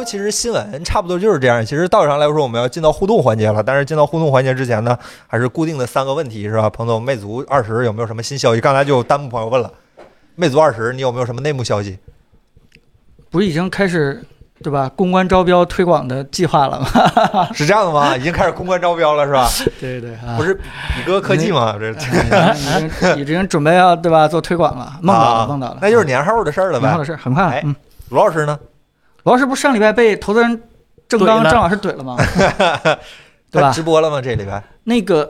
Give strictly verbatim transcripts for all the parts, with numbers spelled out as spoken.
其实新闻差不多就是这样。其实道理上来说，我们要进到互动环节了，但是进到互动环节之前呢，还是固定的三个问题，是吧？彭总，魅族二十有没有什么新消息？刚才就有弹幕朋友问了，魅族二十你有没有什么内幕消息？ 不是已经开始对吧？公关招标推广的计划了吗？ 是这样的吗？已经开始公关招标了是吧？ 对对对，啊、 不是比哥科技吗？这、 嗯、已经已经准备要对吧做推广了，梦到了梦到了， 那就是年后的事儿了呗。 年后的事很快了。 哎、 嗯， 罗老师呢？ 罗老师不是上礼拜被投资人郑刚郑老师怼了吗？对吧？ 直播了吗？这礼拜那个。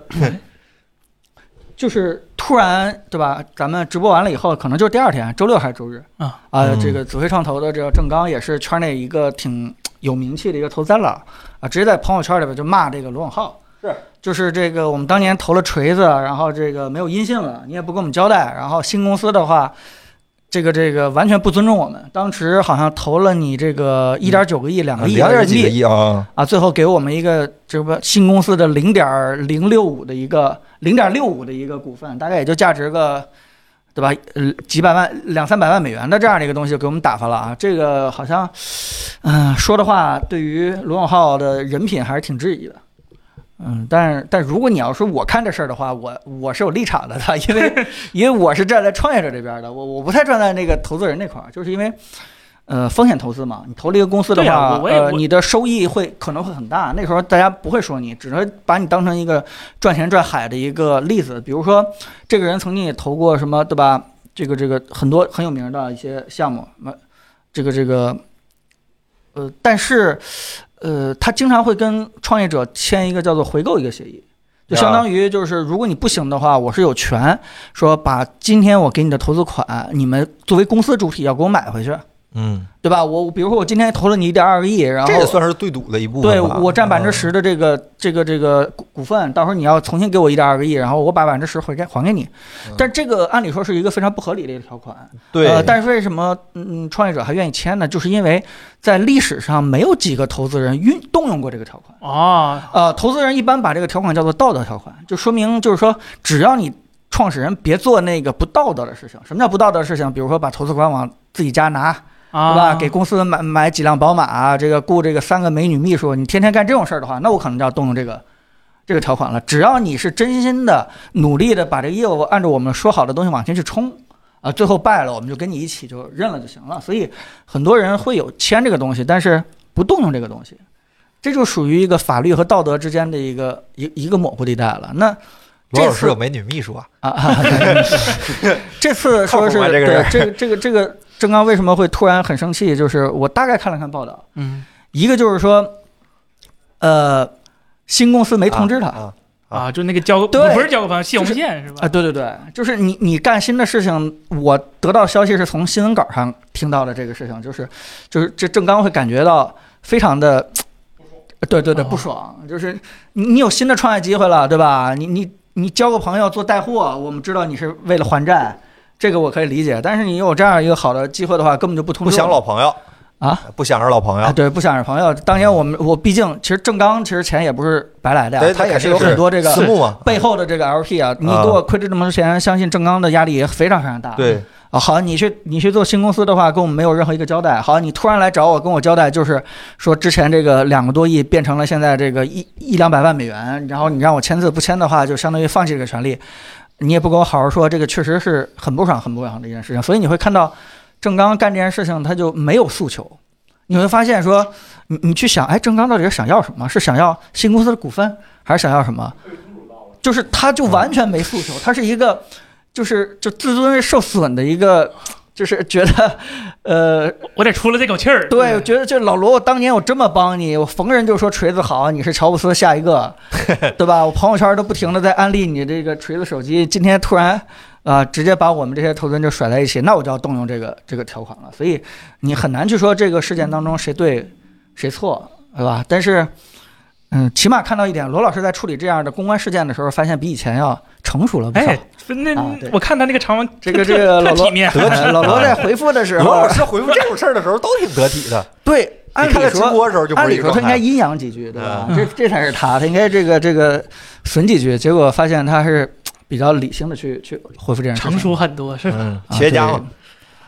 就是突然对吧？咱们直播完了以后，可能就是第二天，周六还是周日啊啊、呃！这个紫辉创投的这个郑刚也是圈内一个挺有名气的一个投资佬啊，直接在朋友圈里边就骂这个罗永浩， 是就是这个我们当年投了锤子，然后这个没有音信了，你也不跟我们交代，然后新公司的话，这个这个完全不尊重我们。当时好像投了你这个一点九个亿、两个亿、 两点几个亿啊啊，最后给我们一个这个新公司的零点零六五的一个。零点六五的一个股份，大概也就价值个，对吧？呃，几百万、两三百万美元的这样的一个东西给我们打发了啊！这个好像，嗯、呃，说的话对于罗永浩的人品还是挺质疑的。嗯，但是但如果你要说我看这事儿的话，我我是有立场的，因为因为我是站在创业者这边的，我我不太站在那个投资人那块儿，就是因为。呃，风险投资嘛，你投了一个公司的话， 啊、 呃，你的收益会可能会很大。那时候大家不会说你，只能把你当成一个赚钱赚海的一个例子。比如说，这个人曾经也投过什么，对吧？这个这个很多很有名的一些项目，什么这个这个，呃，但是，呃，他经常会跟创业者签一个叫做回购一个协议，就相当于就是如果你不行的话，我是有权说把今天我给你的投资款，你们作为公司主体要给我买回去。 嗯， 对吧？我比如说我今天投了你一点二个亿，然后这也算是对赌的一部分。 对我占百分之十的这个、嗯、这个这个股份，到时候你要重新给我一点二个亿，然后我把百分之十还给还给你。但这个按理说是一个非常不合理的一个条款。 对、 呃，但是为什么嗯创业者还愿意签呢？就是因为在历史上没有几个投资人运动用过这个条款啊。 呃，投资人一般把这个条款叫做道德条款，就说明就是说只要你创始人别做那个不道德的事情。什么叫不道德的事情？比如说把投资款往自己家拿。对吧？给公司买买几辆宝马，这个雇这个三个美女秘书，你天天干这种事儿的话，那我可能就要动用这个这个条款了。只要你是真心的、努力的把这个业务按照我们说好的东西往前去冲，啊，最后败了，我们就跟你一起就认了就行了。所以很多人会有签这个东西，但是不动用这个东西，这就属于一个法律和道德之间的一个一一个模糊地带了。那罗老师有美女秘书啊？ 啊啊！这次说是这个对这个这个这个。郑刚为什么会突然很生气？就是我大概看了看报道， 嗯， 一个就是说，呃，新公司没通知他啊啊，啊就那个交对不是交个朋友系统线是吧？ 啊，对对对，就是你你干新的事情，我得到消息是从新闻稿上听到的这个事情，就是就是这郑刚会感觉到非常的，对对对，不爽，就是你你有新的创业机会了，对吧？你你你交个朋友做带货，我们知道你是为了还债。这个我可以理解，但是你有这样一个好的机会的话，根本就不通知。 不想老朋友啊， 不想着老朋友、 啊，对，不想着朋友。当年我们我毕竟其实郑刚其实钱也不是白来的呀，他也是有很多这个私募嘛背后的这个 L P 啊。你给我亏这么多钱，相信郑刚的压力也非常非常大。 对啊，好，你去你去做新公司的话，跟我们没有任何一个交代。好，你突然来找我跟我交代，就是说之前这个两个多亿变成了现在这个一一两百万美元，然后你让我签字，不签的话就相当于放弃这个权利。你也不跟我好好说，这个确实是很不爽、很不爽的一件事情。所以你会看到，郑刚干这件事情，他就没有诉求。你会发现说，你你去想，哎，郑刚到底是想要什么？是想要新公司的股份，还是想要什么？就是他就完全没诉求，他是一个，就是就自尊受损的一个。就是觉得，呃， 我得出了这口气儿。 对，我觉得这老罗，我当年我这么帮你，我逢人就说锤子好，你是乔布斯下一个，对吧？我朋友圈都不停的在安利你这个锤子手机，今天突然啊、呃，直接把我们这些投资人就甩在一起，那我就要动用这个这个条款了。所以你很难去说这个事件当中谁对谁错，对吧？但是。嗯，起码看到一点，罗老师在处理这样的公关事件的时候，发现比以前要成熟了不少。 哎，那、啊、我看他那个长文， 这个这个老罗体面， 老罗在回复的时候， 罗老师回复这种事儿的时候都挺得体的。 对，按理说直播的时候就不是按理说他应该阴阳几句，对吧？ 嗯、 这这才是他，他应该这个这个损几句，结果发现他是比较理性的去去回复这件事情， 成熟很多是吧？ 嗯，企业家嘛。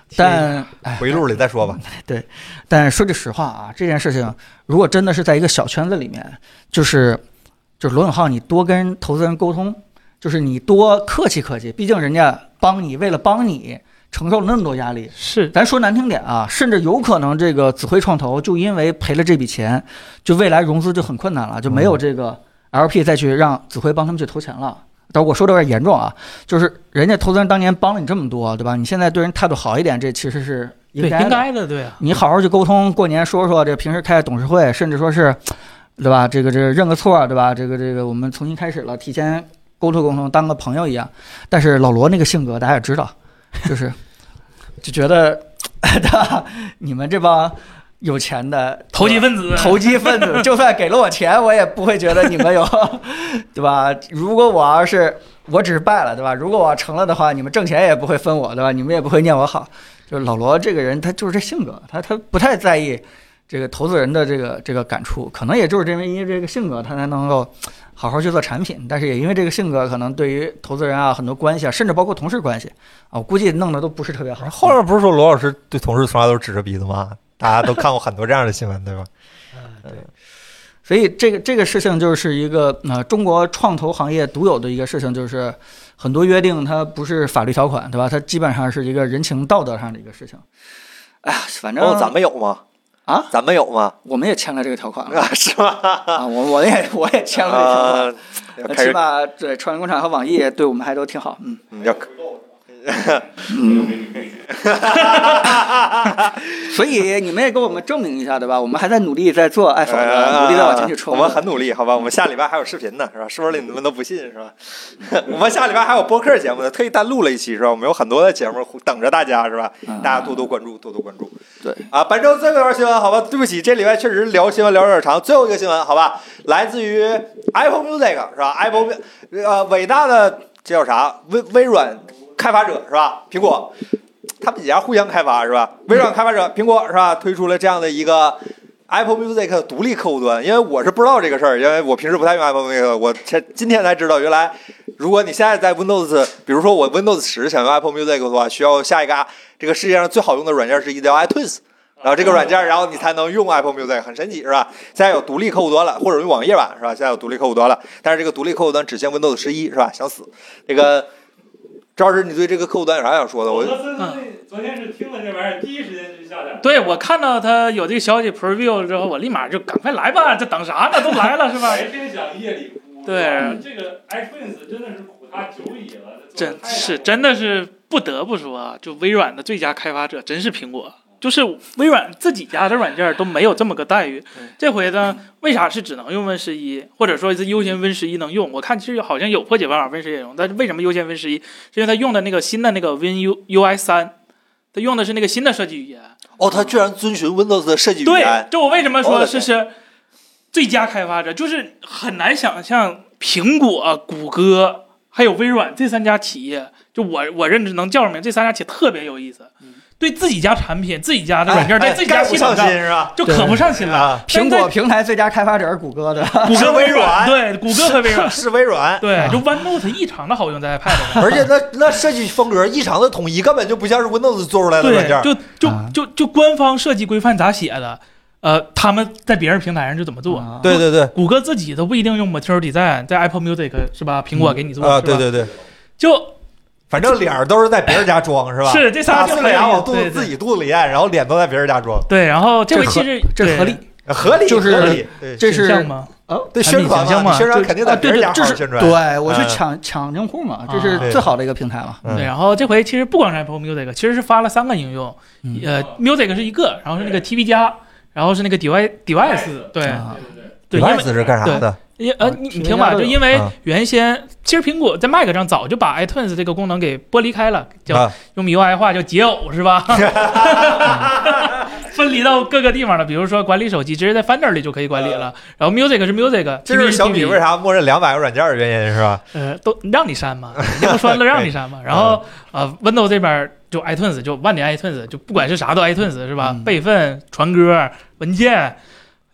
但回路里再说吧。 对，但说句实话啊，这件事情如果真的是在一个小圈子里面，就是就是罗永浩，你多跟投资人沟通，就是你多客气客气，毕竟人家帮你，为了帮你承受了那么多压力。 是， 咱说难听点啊，甚至有可能这个紫辉创投就因为赔了这笔钱，就未来融资就很困难了，就没有这个 L P 再去让紫辉帮他们去投钱了。但我说的有点严重啊，就是人家投资人当年帮了你这么多，对吧？你现在对人态度好一点，这其实是应该的。 对，应该的，对啊。 你好好去沟通，过年说说，这平时开董事会，甚至说是，对吧？这个这个认个错，对吧？这个这个我们重新开始了，提前沟通沟通，当个朋友一样。但是老罗那个性格大家也知道，就是就觉得你们这帮有钱的投机分子， 投机分子，就算给了我钱，我也不会觉得你们有，对吧？如果我要是我只是败了，对吧？如果我成了的话，你们挣钱也不会分我，对吧？你们也不会念我好。就是老罗这个人，他就是这性格，他他不太在意这个投资人的这个这个感触，可能也就是因为因为这个性格，他才能够好好去做产品。但是也因为这个性格，可能对于投资人啊，很多关系啊，甚至包括同事关系啊，我估计弄得都不是特别好。 后面不是说罗老师对同事从来都是指着鼻子骂？大家都看过很多这样的新闻，对吧？ 对。所以这个这个事情就是一个呃中国创投行业独有的一个事情，就是很多约定它不是法律条款，对吧？它基本上是一个人情道德上的一个事情。哎呀，反正、 哦、咱们有吗？ 啊， 咱们有吗？ 我们也签了这个条款啊，是吗？ 啊，我我也我也签了这个条款。 呃、 起码对创业工厂和网易对我们还都挺好，嗯。 嗯要嗯，所以你们也给我们证明一下，对吧？我们还在努力在做爱否的，努力在往前去冲。 我们很努力，好吧？我们下礼拜还有视频呢，是吧？说了你们都不信，是吧？我们下礼拜还有播客节目呢，特意单录了一期，是吧？我们有很多的节目等着大家，是吧？大家多多关注，多多关注。 对啊，本周最后一条新闻，好吧？对不起，这礼拜确实聊新闻聊有点长。最后一个新闻，好吧？来自于 Apple Music， 是吧 ？Apple 呃，伟大的这叫啥？微微软。开发者是吧？苹果，他们几家互相开发是吧？微软开发者，苹果是吧？推出了这样的一个 Apple Music 独立客户端。因为我是不知道这个事儿，因为我平时不太用 Apple Music， 我今天才知道，原来如果你现在在 Windows， 比如说我 Windows 十想用 Apple Music 的话，需要下一个这个世界上最好用的软件是一个叫 iTunes， 然后这个软件，然后你才能用 Apple Music， 很神奇是吧？现在有独立客户端了，或者用网页版是吧？现在有独立客户端了，但是这个独立客户端只限 Windows 十一是吧？想死这个。赵老师，你对这个客户端有啥想说的？我昨天是听了这玩意儿，第一时间就去下载。 对，我看到他有这个消息 preview 之后，我立马就赶快来吧，这等啥呢？都来了是吧？ 白天想夜里哭。 对， 这个 iTunes 真的是苦他久矣了。 真是真的是不得不说啊，就微软的最佳开发者真是苹果。就是微软自己家的软件都没有这么个待遇，这回呢，为啥是只能用 Win 十一，或者说是优先 Win 十一能用？我看其实好像有破解办法 Win 十一也用，但是为什么优先 Win 十一？是因为它用的那个新的那个 Win U UI 三，它用的是那个新的设计语言。 哦，它居然遵循 Windows 的设计语言。 对，就我为什么说是是最佳开发者，就是很难想象苹果、谷歌还有微软这三家企业，就我我认知能叫上名，这三家企业特别有意思。嗯，对自己家产品、自己家的软件，在自己家系统上是吧？ 就可不上心了。 苹果平台最佳开发者是谷歌的， 谷歌、 微软， 对，谷歌和微软是微软， 对，就 OneNote 异常的好用在 iPad 上， 而且那那设计风格异常的统一，根本就不像是 Windows 做出来的软件。 对，就就就就官方设计规范咋写的，呃，他们在别人平台上就怎么做。 啊、 对对对， 谷歌自己都不一定用 Material Design， 在 Apple Music 是吧？苹果给你做、 嗯、啊，对对对， 就。 反正脸都是在别人家装是吧？ 是这仨四个牙往肚子自己肚子里咽，然后脸都在别人家装。 对，然后这回其实这合理， 合理就是合理， 这是像吗？ 哦， 对，宣传嘛，宣传肯定在别人家好好宣传。 对，我去抢抢用户嘛，这是最好的一个平台嘛。 对，然后这回其实不光是 Apple Music， 其实是发了三个应用，呃 ，Music 是一个，然后是那个 T V 加，然后是那个 Device Device， 对对 ，Device 是干啥的？ 因呃，你你听吧，就因为原先其实苹果在 Mac 上早就把 iTunes 这个功能给剥离开了，叫用 M I U I 话叫解耦是吧？分离到各个地方了，比如说管理手机，直接在 Finder 里就可以管理了。然后 Music 是 Music， 这就是小米为啥默认两百个软件的原因是吧？ 呃，都让你删嘛，你不说了让你删嘛。然后呃 ，Windows 这边就 iTunes 就万年 iTunes， 就不管是啥都 iTunes 是吧？备份、传歌、文件。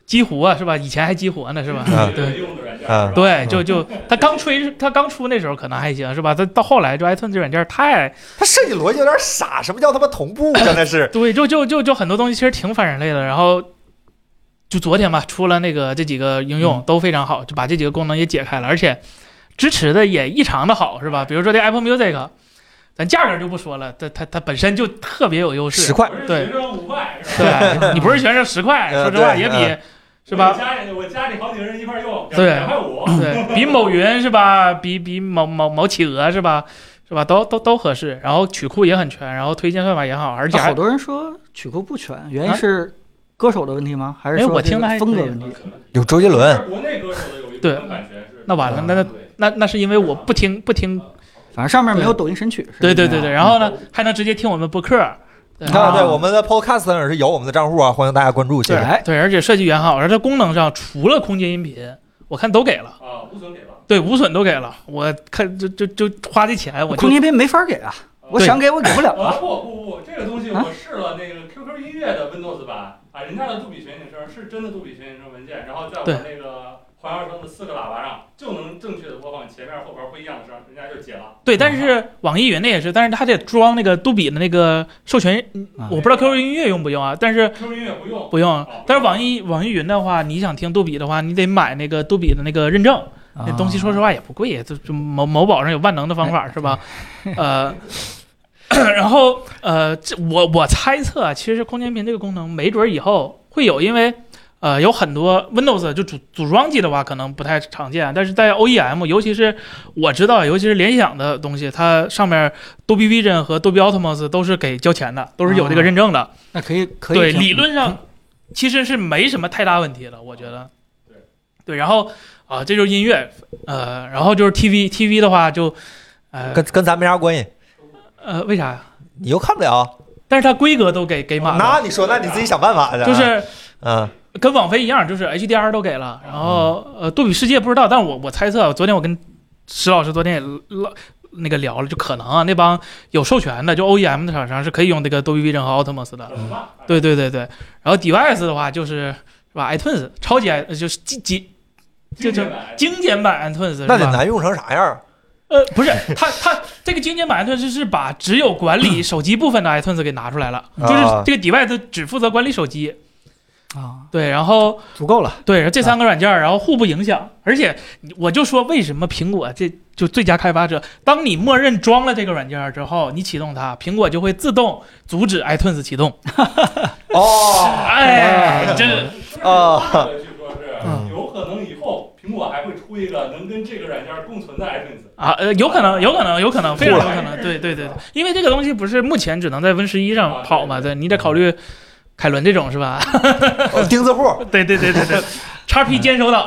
激活是吧？以前还激活呢是吧？ 嗯对。 用的软件嗯是吧？ 对，就就他刚吹，他刚出那时候可能还行，是吧？他到后来就 iTunes 这软件太， 它设计逻辑有点傻，什么叫他妈同步？真的是对，就就就就很多东西其实挺反人类的。然后就昨天吧，出了那个这几个应用都非常好，就把这几个功能也解开了，而且支持的也异常的好，是吧？比如说这 Apple Music， 咱价格就不说了，它它它本身就特别有优势， 十块， 对学生五块是吧？ 对，你不是学生十块，说实话也比。是吧？ 我家里我家里好几个人一块用， 对， 两块五， 对比某云是吧？比比某某某企鹅是吧？是吧？都都都合适。然后曲库也很全，然后推荐算法也好，而且还好多人说曲库不全，原因是歌手的问题吗？还是哎， 说我听的还风格问题？ 有周杰伦， 国内歌手的有一部对分版权是。 那完了，那那那那是因为我不听不听， 反正上面没有抖音神曲。 对对对对，然后呢还能直接听我们播客。对啊，对，我们的 Podcast 上也是有我们的账户啊，欢迎大家关注，谢谢。 对对，而且设计也好，而它功能上除了空间音频，我看都给了。 啊，无损给了。 对，无损都给了。我看就就就花这钱，我就空间音频没法给啊，我想给我给不了啊啊。 不不不，这个东西我试了那个 Q Q 音乐的 Windows 版啊，人家的杜比全景声是真的杜比全景声文件，然后在我对那个环绕声的四个喇叭上就能正确的播放前面后边不一样的声，人家就解了。 对，但是网易云那也是，但是它得装那个杜比的那个授权， 啊我不知道 Q Q 音乐用不用啊，但是 Q Q 音乐不用， 不用。但是网易网易云的话，你想听杜比的话，你得买那个杜比的那个认证。那东西说实话也不贵，就就某某宝上有万能的方法是吧？呃，然后呃，这我我猜测啊，其实空间音频这个功能没准以后会有，因为呃有很多 Windows 就组组装机的话可能不太常见，但是在 O E M， 尤其是我知道，尤其是联想的东西，它上面 Dolby Vision 和 Dolby Atmos 都是给交钱的，都是有这个认证的。 那可以可以。 对，理论上其实是没什么太大问题的，我觉得。对对，然后。啊，这就是音乐，呃，然后就是 T V，T V 的话就，呃， 跟跟咱没啥关系， 呃，为啥呀？ 你又看不了， 但是它规格都给给满了。 那你说，那你自己想办法去。 就是， 嗯， 跟网飞一样，就是 H D R 都给了，然后呃，杜比世界不知道，但我我猜测，昨天我跟石老师昨天也唠那个聊了，就可能啊，那帮有授权的，就 O E M 的厂商是可以用这个 Dolby Vision 和 Atmos 的。对对对对，然后 Device 的话就是是吧 ，iTunes 超级 i 就是几几。就就精简版 iTunes， 那得难用成啥样？ 呃，不是，它它这个精简版 iTunes 是把只有管理手机部分的 iTunes 给拿出来了， 啊、 就是这个 device 只负责管理手机啊， 对，然后足够了， 对，这三个软件然后互不影响，而且我就说为什么苹果这就最佳开发者，当你默认装了这个软件之后，你启动它，苹果就会自动阻止 iTunes 启动。 哦， 哎，这哦。 嗯，有可能以后苹果还会出一个能跟这个软件共存的 iTunes 啊，呃，有可能，有可能，有可能，非常有可能，对对对对，因为这个东西不是目前只能在 Win 十一上跑嘛，对，你得考虑凯伦这种是吧？ 钉子户， 对对对对对，叉 P 坚守党。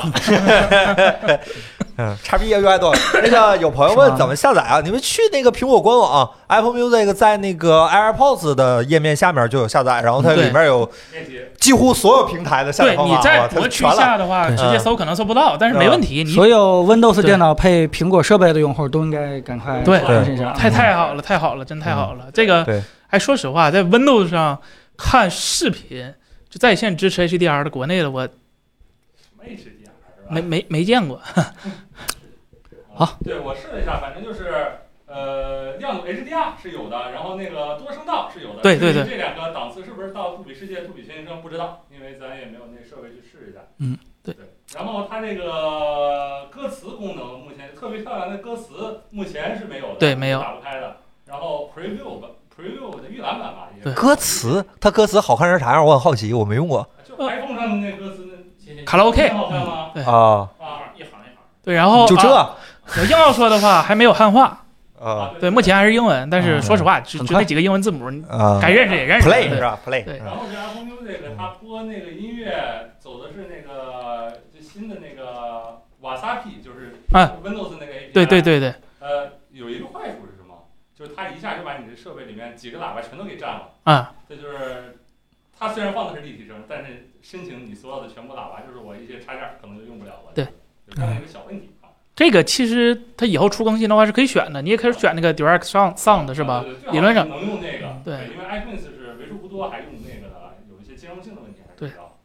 嗯，叉 P 越来越多。那个有朋友问怎么下载啊？你们去那个苹果官网 Apple Music， 在那个 AirPods 的页面下面就有下载，然后它里面有几乎所有平台的下载方法。 对，你在国区下的话，直接搜可能搜不到，但是没问题。你所有 Windows 电脑配苹果设备的用户都应该赶快对一下。 太太好了，太好了，真太好了。这个，哎，说实话，在 Windows 上看视频，就在线支持 H D R 的，国内的我没没没见过。 好， 对我试了一下，反正就是呃，亮度 H D R 是有的，然后那个多声道是有的。 对对对， 这两个档次是不是到杜比世界、杜比全景声不知道，因为咱也没有那设备去试一下。 嗯，对。 对，然后它这个歌词功能目前特别漂亮的歌词目前是没有的， 对，没有打不开的。然后 Preview 吧 ，Preview 的预览版吧， 对。 歌词，它歌词好看成啥样？我很好奇，我没用过。 就 iPhone 上的那歌词， 卡拉 OK 好看吗？ 对啊啊，一行一行。 对，然后就这。 啊我硬要说的话，还没有汉化啊。 对，目前还是英文，但是说实话，就就那几个英文字母，该认识也认识。 Play 是吧 ？Play。 对。 然后这 Apple Music 它播那个音乐走的是那个最新的那个 Wasapi， 就是 Windows 那个 A P I。 对对对对。 呃，有一个坏处是什么？就是它一下就把你的设备里面几个喇叭全都给占了。 啊。 这就是它虽然放的是立体声，但是申请你所有的全部喇叭，就是我一些插件可能就用不了了。 对。 有这样一个小问题。 这个其实它以后出更新的话是可以选的，你也可以选那个 Direct Sound 是吧？理论上能用那个， 对， 因为 iTunes 是为数不多还用那个的，有一些兼容性的问题还是比较。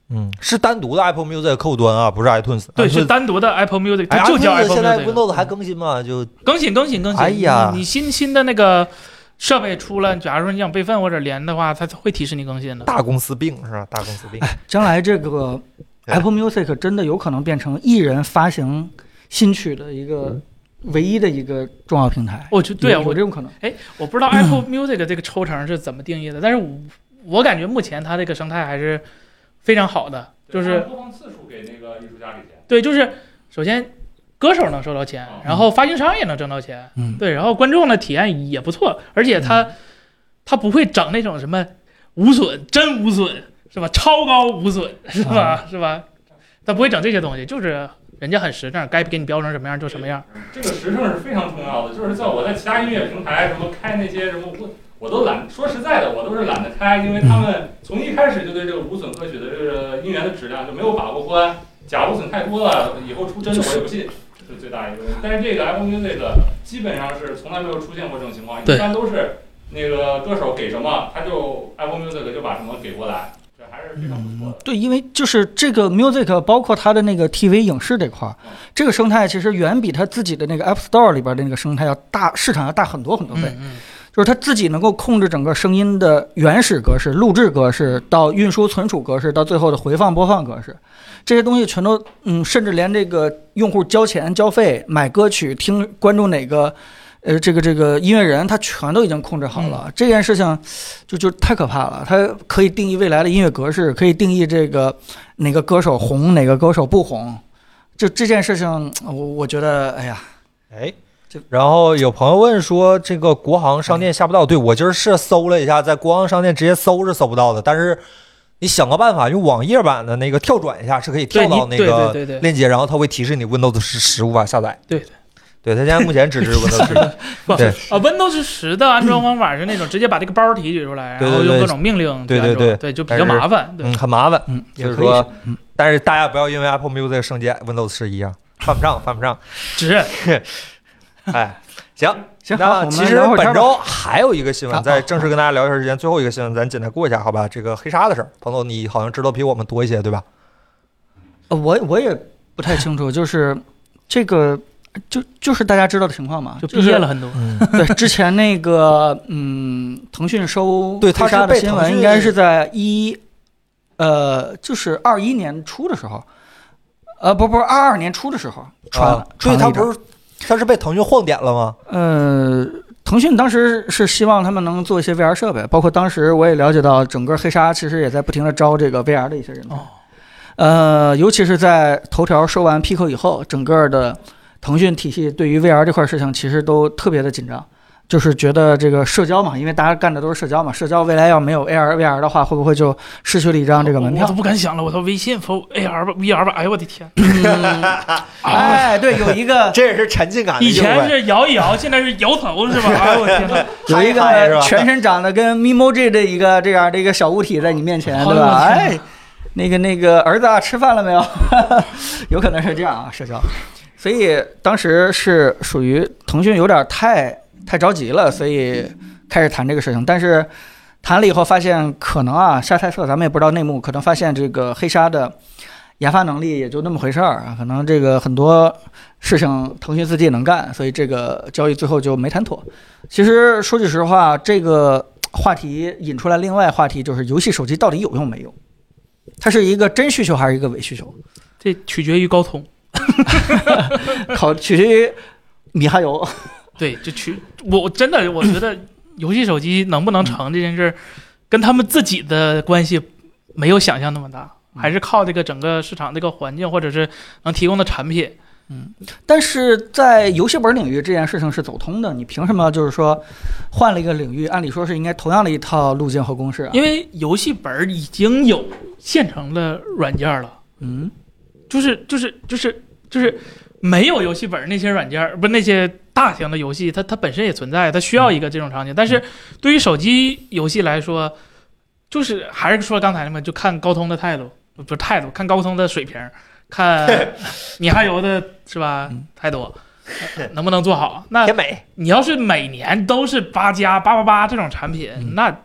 嗯，是单独的 Apple Music 客户端啊，不是 iTunes。 对， iTunes, 是单独的 Apple Music， 它哎、 就叫 Apple Music。 现在 Windows 还更新吗？就更新更新更新。 哎呀， 你, 你新新的那个设备出了，假如说你想备份或者连的话，它会提示你更新的。 大公司病是吧？大公司病。 哎，将来这个 Apple Music 真的有可能变成艺人发行新曲的一个唯一的一个重要平台。 我觉得对啊， 有有这种可能。 哎，我不知道 Apple Music 这个抽成是怎么定义的，但是我我感觉目前它这个生态还是非常好的。就是播放次数给那个艺术家给钱。 对，就是首先歌手能收到钱，然后发行商也能挣到钱， 嗯， 对，然后观众的体验也不错，而且他、嗯、他不会整那种什么无损、真无损是吧？超高无损是吧？啊、是吧？他不会整这些东西，就是人家很实诚，该给你标成什么样就什么样。 这个实诚是非常重要的，就是在我在其他音乐平台什么开那些什么我我都懒，说实在的，我都是懒得开，因为他们从一开始就对这个无损歌曲的这个音源的质量就没有把握关，假无损太多了，以后出真的我也不信，这是最大一个问题。但是这个 Apple Music 基本上是从来没有出现过这种情况，一般都是那个歌手给什么，他就 Apple Music 就把什么给过来。还是非常不错的、嗯。 对，因为就是这个 Music 包括它的那个 T V 影视这块、嗯，这个生态其实远比它自己的那个 App Store 里边的那个生态要大，市场要大很多很多倍。 嗯嗯、 就是它自己能够控制整个声音的原始格式、录制格式到运输存储格式，到最后的回放播放格式，这些东西全都嗯，甚至连这个用户交钱交费买歌曲听关注哪个。呃，这个这个音乐人他全都已经控制好了，嗯、这件事情就就太可怕了。他可以定义未来的音乐格式，可以定义这个哪个歌手红，哪个歌手不红。就这件事情，我我觉得，哎呀， 哎，然后有朋友问说，这个国行商店下不到。对，我今儿是搜了一下，在国行商店直接搜是搜不到的，但是你想个办法，用网页版的那个跳转一下，是可以跳到那个链接，然后它会提示你 Windows 十无法下载。 对对。 对，它现在目前只支持 Windows 十。对啊 ，Windows 十的安装方法是那种直接把这个包提取出来， 对对对， 然后用各种命令对对对对，就比较麻烦。对嗯，很麻烦。 嗯， 就是说，嗯，但是大家不要因为 Apple Music 升级 Windows 十一啊，犯不上，犯不上。 值。 哎，行行， 那其实本周还有一个新闻， 好在正式跟大家聊一下之前，最后一个新闻咱简单过一下，好吧？这个黑鲨的事儿，朋友你好像知道比我们多一些，对吧？ 呃，我我也不太清楚，就是这个。就就是大家知道的情况嘛， 就毕业了很多。 嗯、对，之前那个嗯，腾讯收对黑鲨的新闻，应该是在一呃，就是二一年初的时候，呃，不不是二二年初的时候传了。 所以他不是他是被腾讯晃点了吗？ 呃，腾讯当时是希望他们能做一些 V R 设备，包括当时我也了解到，整个黑鲨其实也在不停的招这个 V R 的一些人才。 哦、 呃，尤其是在头条收完 Pico 以后，整个的。腾讯体系对于 V R 这块事情其实都特别的紧张，就是觉得这个社交嘛，因为大家干的都是社交嘛，社交未来要没有 A R V R 的话，会不会就失去了一张这个门票？ 我都不敢想了，我说微信否 A R 吧 V R 吧，哎呦我的天！ 嗯、哎，对，有一个这也是沉浸感的。 以前是摇一摇，现在是摇头是吧？哎呦我天哪！ 有一个全身长得跟 Memoji 的一个这样的一个小物体在你面前，对吧？哎，那个那个儿子啊，吃饭了没有？有可能是这样啊，社交。所以当时是属于腾讯有点太太着急了，所以开始谈这个事情。但是谈了以后发现，可能啊下猜测，咱们也不知道内幕，可能发现这个黑鲨的研发能力也就那么回事儿，可能这个很多事情腾讯自己也能干，所以这个交易最后就没谈妥。其实说句实话，这个话题引出来另外话题就是游戏手机到底有用没用？它是一个真需求还是一个伪需求？ 这取决于高通。 考取决于米哈游， 对，就取我真的我觉得游戏手机能不能成这件事，跟他们自己的关系没有想象那么大，还是靠这个整个市场这个环境或者是能提供的产品。 嗯，但是在游戏本领域这件事情是走通的，你凭什么就是说换了一个领域，按理说是应该同样的一套路径和公式啊？ 因为游戏本已经有现成的软件了。 嗯。 就是就是就是就是没有游戏本那些软件，不是那些大型的游戏，它它本身也存在，它需要一个这种场景。但是对于手机游戏来说，就是还是说刚才那么，就看高通的态度，不是态度，看高通的水平，看米哈游的是吧态度，能不能做好？那你要是每年都是八加八八八这种产品， 嗯、 那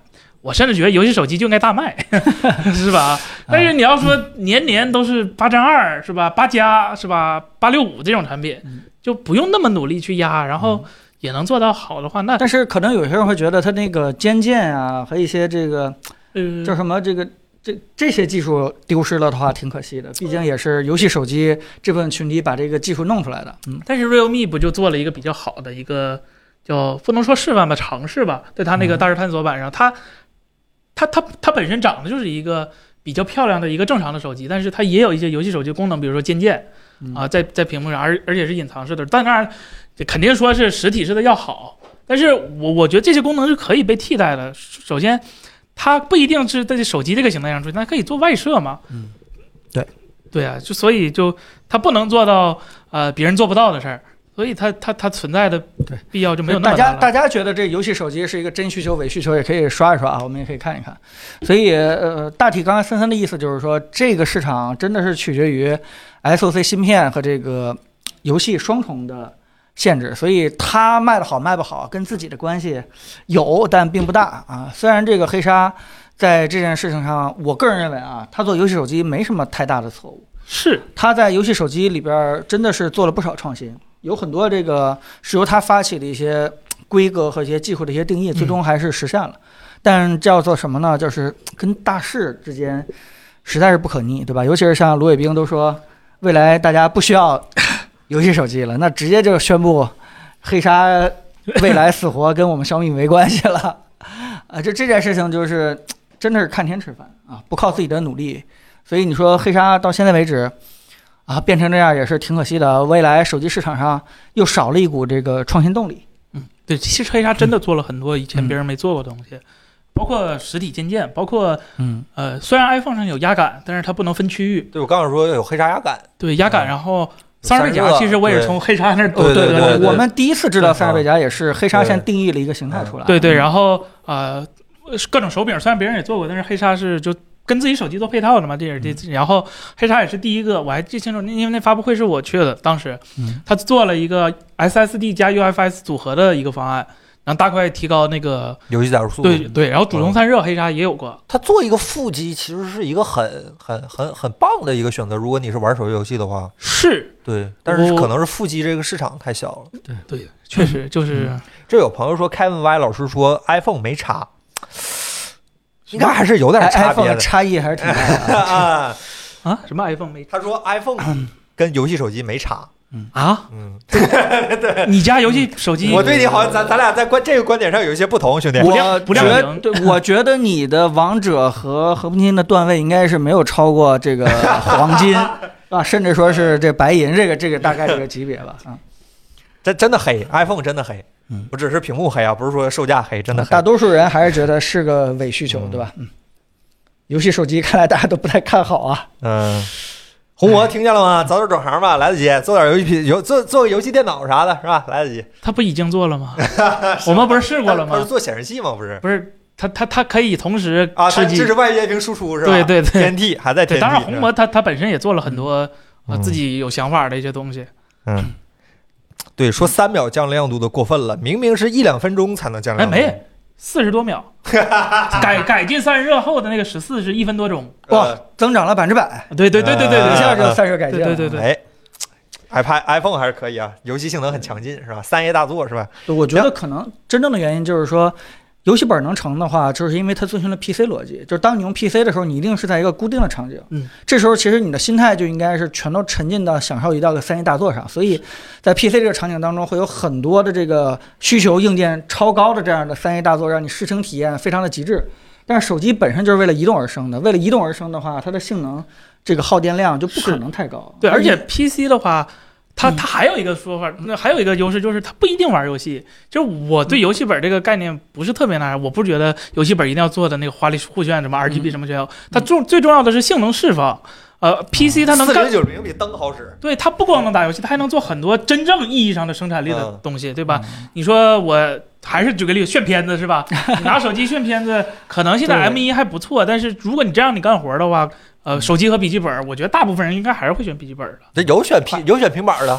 我甚至觉得游戏手机就应该大卖，是吧？但是你要说年年都是八战二是吧？八加是吧？八六五这种产品，就不用那么努力去压，然后也能做到好的话，那但是可能有些人会觉得它那个尖键啊和一些这个呃叫什么这个。这这些技术丢失了的话，挺可惜的。毕竟也是游戏手机这部分群体把这个技术弄出来的。嗯， 但是 Realme 不就做了一个比较好的一个叫不能说示范吧，尝试吧，在它那个大师探索版上，它它它它本身长得就是一个比较漂亮的一个正常的手机，但是它也有一些游戏手机功能，比如说键键啊，在在屏幕上，而而且是隐藏式的。但当然，肯定说是实体式的要好。但是我我觉得这些功能是可以被替代的。首先，它不一定是在手机这个形态上出现，它可以做外设嘛。 嗯，对， 对啊，就所以就它不能做到呃别人做不到的事儿。所以它它它存在的必要就没有那么大了。 大家大家觉得这游戏手机是一个真需求伪需求，也可以刷一刷啊，我们也可以看一看。所以呃，大体刚才森森的意思就是说，这个市场真的是取决于 S O C 芯片和这个游戏双重的限制，所以它卖的好卖不好跟自己的关系有，但并不大啊。虽然这个黑鲨在这件事情上，我个人认为啊，他做游戏手机没什么太大的错误。 是他在游戏手机里边真的是做了不少创新。有很多这个是由他发起的一些规格和一些技术的一些定义，最终还是实现了。嗯、但叫做什么呢？就是跟大势之间实在是不可逆，对吧？尤其是像卢伟冰都说，未来大家不需要游戏手机了，那直接就宣布黑鲨未来死活跟我们小米没关系了。啊，这这件事情就是真的是看天吃饭啊，不靠自己的努力。所以你说黑鲨到现在为止。啊，变成这样也是挺可惜的。未来手机市场上又少了一股这个创新动力。 嗯，对，其实黑鲨真的做了很多以前别人没做过的东西，嗯、包括实体键键，包括嗯呃，虽然 iPhone 上有压感，但是它不能分区域。 对，我刚刚说有黑鲨压感。 对，压感，嗯、然后散热背夹，其实我也是从黑鲨那儿对对 对, 对, 对， 我们第一次知道散热背夹也是黑鲨先定义了一个形态出来。 对 对, 对，然后呃，各种手柄虽然别人也做过，但是黑鲨是就。跟自己手机做配套的嘛，这也是这。然后黑鲨也是第一个，我还记清楚，因为那发布会是我去的，当时他做了一个 S S D 加 U F S 组合的一个方案，然后大块提高那个游戏载入速度。对对，然后主动散热，黑鲨也有过。 他做一个副机，其实是一个很很很很棒的一个选择。如果你是玩手机游戏的话， 是对，但是可能是副机这个市场太小了。 对对，确实就是。 嗯、这有朋友说 ，Kevin Y 老师说 iPhone 没插。应该还是有点差别的， 差异还是挺大的啊啊！什么 iPhone 没？ 他说 iPhone 跟游戏手机没差。 嗯啊， 嗯， 对，你家游戏手机， 我对你好像咱咱俩在观这个观点上有一些不同，兄弟。 我觉得，对，我觉得你的王者和和平精英的段位应该是没有超过这个黄金啊，甚至说是这白银这个这个大概这个级别吧啊。 真真的黑 ，iPhone 真的黑。嗯，不只是屏幕黑啊，不是说售价黑，真的黑。 大多数人还是觉得是个伪需求，嗯、对吧？嗯。游戏手机看来大家都不太看好啊。 嗯。红魔听见了吗？早点转行吧，来得及。做点游戏品，游做做个游戏电脑啥的，是吧？来得及。 他不已经做了吗？我们不是试过了吗？ 他是做显示器吗？不是。 不是，他他他可以同时啊，它支持外接屏输出是吧？ 对对对。 天梯还在天梯。 当然，红魔他他本身也做了很多、嗯、自己有想法的一些东西。 嗯。对，说三秒降亮度的过分了，明明是一两分钟才能降亮度。 哎，没，四十多秒。改改进散热后的那个十四是一分多钟， 哇，增长了百分之百。 对对对对对， 一下就散热改进了。 对对对对。哎 ，iPad iPhone 还是可以啊，游戏性能很强劲，是吧？三 A 大作是吧？ 我觉得可能真正的原因就是说。游戏本能成的话，就是因为它遵循了 P C 逻辑，就是当你用 P C 的时候，你一定是在一个固定的场景， 嗯， 这时候其实你的心态就应该是全都沉浸到享受一道个三 A 大作上，所以在 P C 这个场景当中，会有很多的这个需求硬件超高的这样的三 A 大作，让你视听体验非常的极致。但是手机本身就是为了移动而生的，为了移动而生的话，它的性能这个耗电量就不可能太高。 对，而且 P C 的话。它它还有一个说法，那还有一个优势就是它不一定玩游戏。就是我对游戏本这个概念不是特别那啥，我不觉得游戏本一定要做的那个花里胡旋什么 R G B 什么全要。它重最重要的是性能释放。呃 ，P C 它能干四零九零比灯好使。 对，它不光能打游戏，它还能做很多真正意义上的生产力的东西，对吧？你说我还是举个例子，炫片子是吧？你拿手机炫片子，可能现在 M 一还不错，但是如果你这样你干活的话。呃，手机和笔记本，我觉得大部分人应该还是会选笔记本的。 这有选平有选平板的，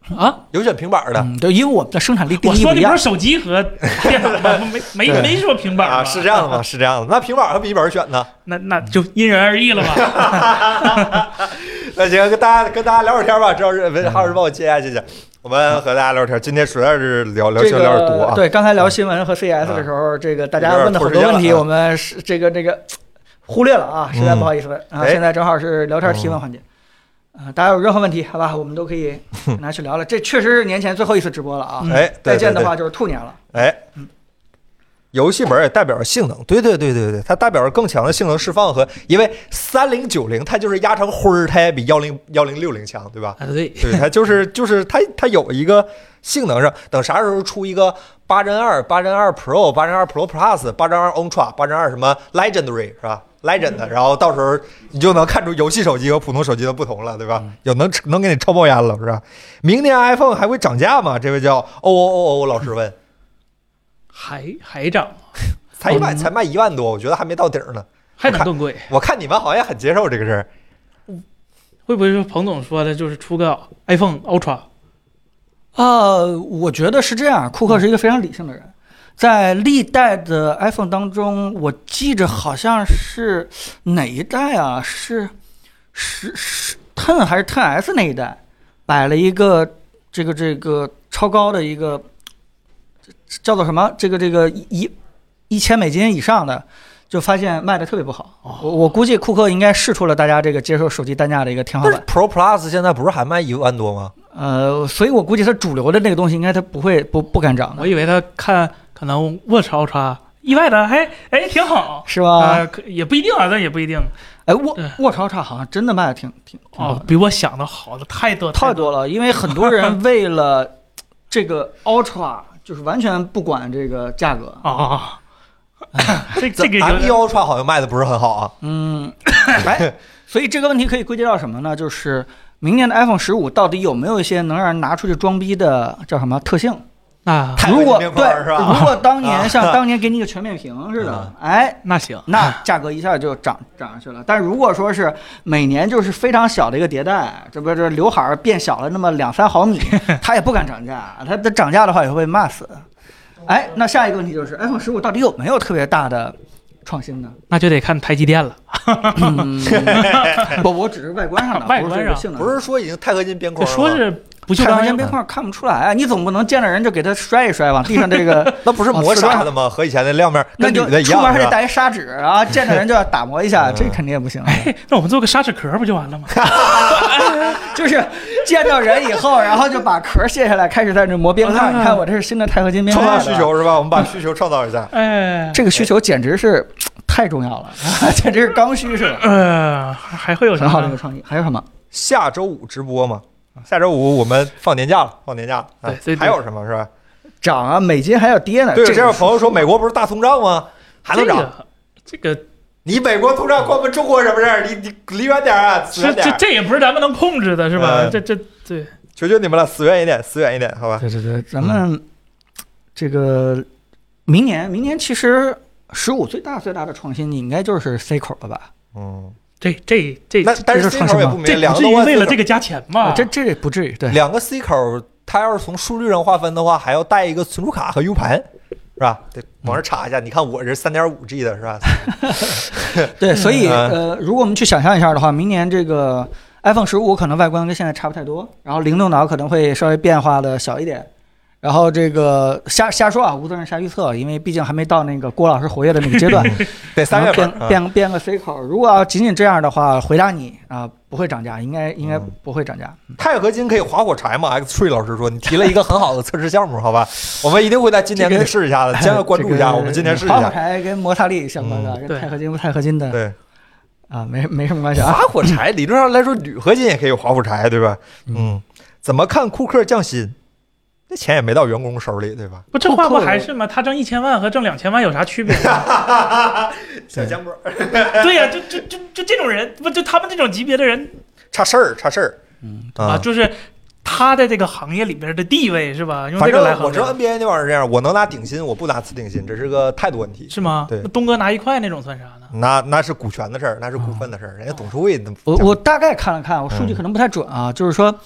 啊， 有选平板的， 嗯，对，因为我们的生产力定我义不一样说的不是手机和电脑吗？没没对没说平板啊， 吧？ 是这样的吗？是这样的。那平板和笔记本选呢？ 那那就因人而异了吧。 那行，跟大家跟大家聊会儿天吧。知道是哈老师帮我接一下，谢谢。我们和大家聊天，今天实在是聊聊这聊聊点多啊。 个对，刚才聊新闻和 C E S 的时候，这个大家问的很多问题，我们是这个这个忽略了啊，实在不好意思啊。现在正好是聊天提问环节。啊、呃，大家有任何问题，好吧，我们都可以拿去聊了。这确实是年前最后一次直播了啊！ 哎， 再见的话就是兔年了。 哎， 嗯， 游戏本也代表着性能，对对对对对，它代表着更强的性能释放和，因为三零九零它就是压成灰儿，它也比幺零幺零六零强，对吧？ 啊，对， 对，它就是就是它它有一个性能上，等啥时候出一个八帧二、八帧二 Pro、八帧二 Pro Plus、八帧二 Ultra、八帧二什么 Legendary 是吧？ Legend， 然后到时候你就能看出游戏手机和普通手机的不同了，对吧？有能能给你抽包烟了，是吧？明年 iPhone 还会涨价吗？这位叫哦哦哦哦老师问， 还还涨吗？ 才卖才卖一万多，我觉得还没到顶呢， 还能更贵。 我看你们好像也很接受这个事儿， 会不会说彭总说的就是出个 iPhone Ultra？ 呃，我觉得是这样，库克是一个非常理性的人。在历代的 iPhone 当中，我记着好像是哪一代啊？是十十 Ten 还是 Ten S 那一代，摆了一个这个这个超高的一个叫做什么？这个这个一一千美金以上的，就发现卖的特别不好。 哦、 我我估计库克应该试出了大家这个接受手机单价的一个天花板。 Pro Plus 现在不是还卖一万多吗？ 呃，所以我估计它主流的那个东西应该它不会不不敢涨的。 我以为他看。可能Watch Ultra意外的还哎挺好， 是吧？ 呃、也不一定啊，但也不一定。 哎，Watch Watch Ultra好像真的卖的挺挺哦，比我想的好的太多太多了。因为很多人为了这个 Ultra 就是完全不管这个价格啊。哦这这个 M 一 Ultra 好像卖的不是很好啊。 嗯，哎，所以这个问题可以归结到什么呢？就是明年的 iPhone 十五到底有没有一些能让人拿出去装逼的叫什么特性？ 啊， 如果对，如果当年像当年给你个全面屏似的，啊、哎， 那行， 那价格一下就涨涨上去了。但如果说是每年就是非常小的一个迭代，这不这刘海变小了那么两三毫米，它也不敢涨价，它的涨价的话也会被骂死。哎，那下一个问题就是 iPhone 十五到底有没有特别大的创新呢？ 那就得看台积电了。 嗯、不，我只是外观上的， 外观上不是性能， 不是说已经钛合金边框了吗？ 说是不锈钢边框看不出来啊！你总不能见着人就给他摔一摔，往地上这个那不是磨砂的吗？和以前的亮面跟女的一样， 出门还得带一砂纸啊，见着人就要打磨一下，这肯定也不行。 哎，那我们做个砂纸壳不就完了吗？ 就是见到人以后，然后就把壳卸下来，开始在这磨边框。你看我这是新的钛合金边框， 创造需求是吧？我们把需求创造一下。 哎， 这个需求简直是太重要了，简直是刚需是吧？ 呃，还会有什么很好的一个创意？还有什么？ 下周五直播嘛？下周五我们放年假了，放年假了。 对，对对还有什么是吧？ 涨啊，美金还要跌呢。 对，这样朋友说美国不是大通胀吗？还能涨？ 这个。 你美国通胀关我们中国什么事儿？你你离远点啊，死远点。 这这也不是咱们能控制的，是吧？ 嗯、 这这对， 求求你们了，死远一点，死远一点，好吧？ 对对对，咱们这个明年，明年其实十五最大最大的创新，应该就是 C 口了吧？ 嗯， 这这这， 那但是 C 口也不明， 这不至于为了这个加钱吧？ 这这不至于，对， 两个 C 口，它要是从数据上划分的话，还要带一个存储卡和 U 盘。是吧？得往这插一下。你看我这 三点五 G 的是吧？ 对，所以呃，如果我们去想象一下的话，明年这个 iPhone 十五可能外观跟现在差不太多，然后灵动岛可能会稍微变化的小一点。然后这个瞎瞎说啊，无责任瞎预测，因为毕竟还没到那个郭老师活跃的那个阶段。 对，三月份变变变个 C 口，如果要仅仅这样的话，回答你啊，不会涨价，应该应该不会涨价。 钛合金可以划火柴吗 ？X Tree 老师说你提了一个很好的测试项目，好吧？我们一定会在今年给你试一下的，千万关注一下。我们今年试一下。 划火柴跟摩擦力相关的，跟钛合金不钛合金的。 对。 啊，没没什么关系啊。 划火柴理论上来说，铝合金也可以有划火柴，对吧？嗯。怎么看库克降薪？这钱也没到员工手里，对吧？ 不，这话不还是吗？他挣一千万和挣两千万有啥区别吗？ 小江波， 对呀、啊，就就就就这种人，不就他们这种级别的人， 差事儿，差事儿， 嗯啊，就是他在这个行业里边的地位是吧？用这个来衡量。 我知道 N B A 那帮人这样，我能拿顶薪，我不拿次顶薪，这是个态度问题， 是吗？ 对， 那东哥拿一块那种算啥呢？ 那那是股权的事儿，那是股份的事儿，人家董事会。 我我大概看了看，我数据可能不太准啊，嗯、就是说。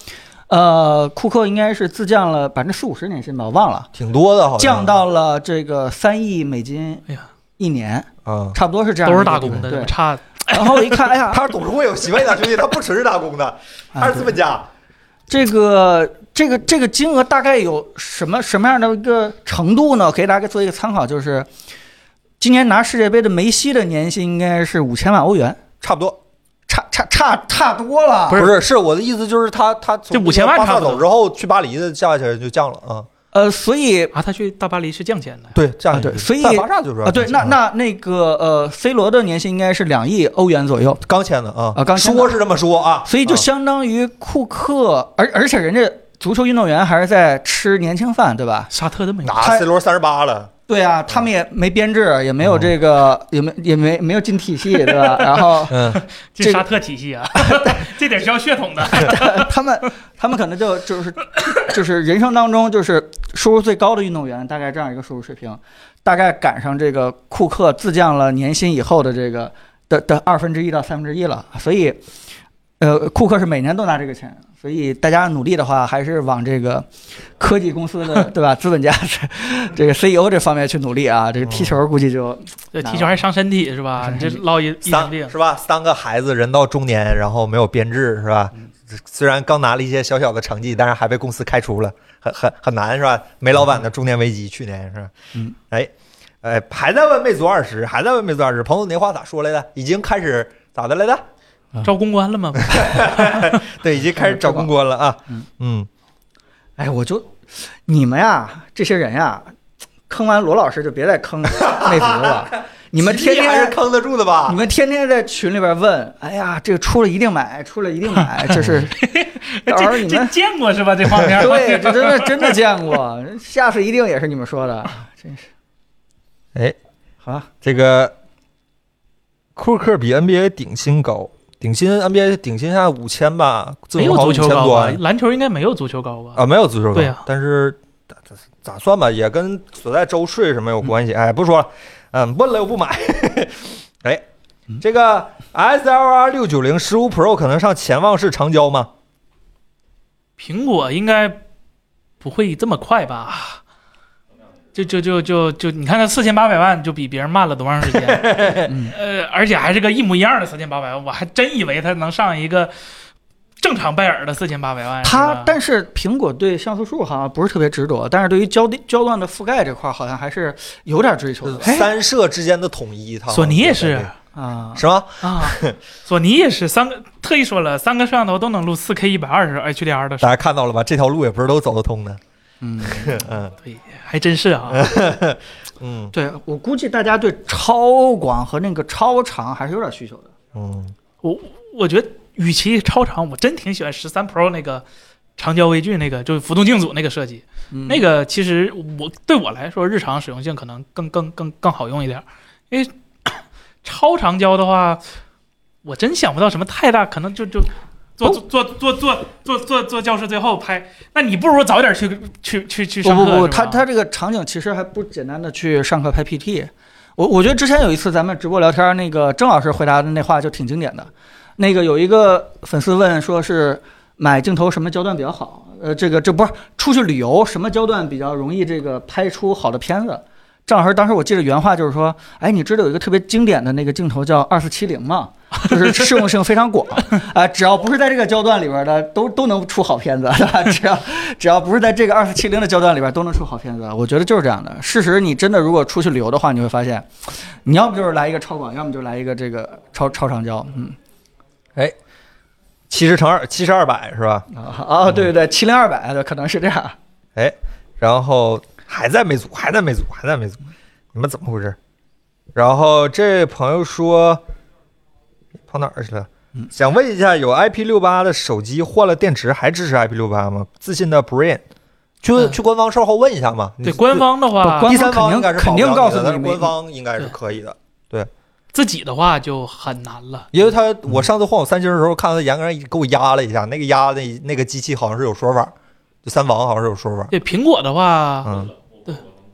呃，库克应该是自降了百分之四五十年薪吧，我忘了， 挺多的，好像降到了这个三亿美金， 哎呀， 一年， 嗯， 差不多是这样， 都是打工的， 对， 差。 然后我一看，哎呀， 他是董事会有席位的兄弟，他不只是打工的，他是资本家。 这个这个这个金额大概有什么什么样的一个程度呢？给大家做一个参考，就是今年拿世界杯的梅西的年薪应该是五千万欧元， 差不多， 差差差差多了。 不是不是，是我的意思就是他他这五千万差不多走之后去巴黎的价钱就降了啊。 呃，所以啊，他去大巴黎是降钱的， 对，降啊对，所以巴萨就是啊，对，那那那个呃，C 罗的年薪应该是两亿欧元左右， 刚签的啊啊，刚签的说是这么说啊， 所以就相当于库克，而而且人家足球运动员还是在吃年轻饭，对吧？ 沙特的没有， 拿 C 罗三十八了。 对啊，他们也没编制，也没有这个，也没也没没有进体系，对吧？然后， 嗯， 进沙特体系啊，这点需要血统的。 他们他们可能就就是就是人生当中就是收入最高的运动员，大概这样一个收入水平，大概赶上这个库克自降了年薪以后的这个的的二分之一到三分之一了，所以，呃，库克是每年都拿这个钱。所以大家努力的话，还是往这个科技公司的对吧，资本家这个 C E O 这方面去努力啊。这个踢球估计就对踢球还伤身体是吧？你这落一一身病是吧？三个孩子人到中年，然后没有编制是吧？虽然刚拿了一些小小的成绩，但是还被公司开除了，很很很难是吧？煤老板的中年危机，去年是吧？ 嗯， 哎哎，还在问魅族二十，还在问魅族二十，朋友，你那话咋说来的？已经开始咋的来的？ 招公关了吗？ 对，已经开始找公关了啊。 嗯嗯， 哎，我就你们呀，这些人呀，坑完罗老师就别再坑魅族了。你们天天还是坑得住的吧？ 你们天天在群里边问，哎呀，这个出了一定买，出了一定买，这是到时候你这们见过是吧？这方面对，这真的真的见过，下次一定也是你们说的，真是。 哎， 好啊， 这个库克比 N B A 顶薪高。顶薪 N B A 顶薪下五千吧， 没有足球高啊， 篮球应该没有足球高吧？ 啊，没有足球高， 对啊， 但是咋咋算吧，也跟所在州税什么有关系。嗯、哎，不说了，嗯，问了又不买。哎，这个 S L R 六九零十五 Pro 可能上潜望式长焦吗？ 苹果应该不会这么快吧？就就就就就你看它四千八百万就比别人慢了多长时间？嗯、呃，而且还是个一模一样的四千八百万，我还真以为它能上一个正常拜耳的四千八百万。 它但是苹果对像素数好像不是特别执着，但是对于焦焦段的覆盖这块好像还是有点追求的。 三摄之间的统一，它索尼也是啊， 是吗？ 啊，索尼也是三个，特意说了，三个摄像头都能录 四 K 一百二十 H D R 的。 大家看到了吧？这条路也不是都走得通的。 嗯嗯， 对，还真是啊。 嗯， 对，我估计大家对超广和那个超长还是有点需求的。 嗯， 我我觉得与其超长，我真挺喜欢十三 Pro 那个长焦微距那个，就是浮动镜组那个设计。 嗯、 那个其实我对我来说，日常使用性可能更更更更好用一点，因为超长焦的话，我真想不到什么太大，可能就就。坐坐坐坐坐坐坐教室最后拍，那你不如早点去去去去上课。 不不不，他他这个场景其实还不简单的去上课拍 P T。我我觉得之前有一次咱们直播聊天，那个郑老师回答的那话就挺经典的。那个有一个粉丝问说是买镜头什么焦段比较好？呃，这个这不是出去旅游什么焦段比较容易这个拍出好的片子？郑老师当时我记得原话就是说，哎，你知道有一个特别经典的那个镜头叫二四七零吗？就是适用性非常广啊、呃，只要不是在这个焦段里边的，都都能出好片子，对吧？只要只要不是在这个二四七零的焦段里边，都能出好片子。我觉得就是这样的。事实你真的如果出去旅游的话，你会发现，你要不就是来一个超广，要么就来一个这个超超长焦。嗯， 哎，七十乘二，七十二百是吧？ 啊哦，对对对，七零二百的可能是这样。 哎，然后还在魅族，还在魅族，还在魅族，你们怎么回事？然后这朋友说。跑哪儿去了？想问一下，有 I P 六十八 的手机换了电池还支持 I P 六十八 吗？自信的 Brain， 去、嗯、去官方售后问一下嘛。 对，官方的话， 第三方应该是肯定告诉你， 但是官方应该是可以的。对， 自己的话就很难了， 因为他我上次换我三星的时候，看到他严格上给我压了一下，那个压的那个机器好像是有说法，就三防好像是有说法。 对，苹果的话，嗯，对。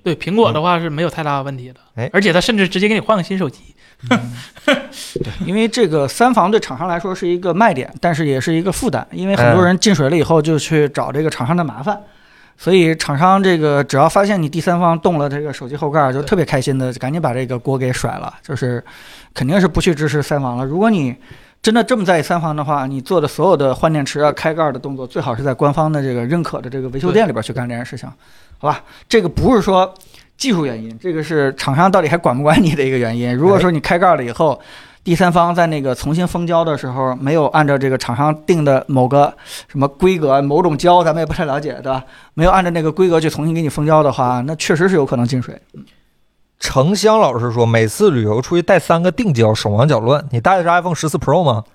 对，苹果的话是没有太大问题的， 哎， 而且它甚至直接给你换个新手机。 嗯、对，因为这个三防对厂商来说是一个卖点，但是也是一个负担，因为很多人进水了以后就去找这个厂商的麻烦。所以厂商这个只要发现你第三方动了这个手机后盖，就特别开心的赶紧把这个锅给甩了，就是肯定是不去支持三防了。如果你真的这么在意三防的话，你做的所有的换电池啊、开盖的动作，最好是在官方的这个认可的这个维修店里边去干这件事情，好吧？这个不是说技术原因，这个是厂商到底还管不管你的一个原因。如果说你开盖了以后，第三方在那个重新封胶的时候，没有按照这个厂商定的某个什么规格、某种胶，咱们也不太了解，对吧？没有按照那个规格去重新给你封胶的话，那确实是有可能进水。 程香老师说，每次旅游出去带三个定焦，手忙脚乱。你带的是 iPhone 十四 Pro 吗？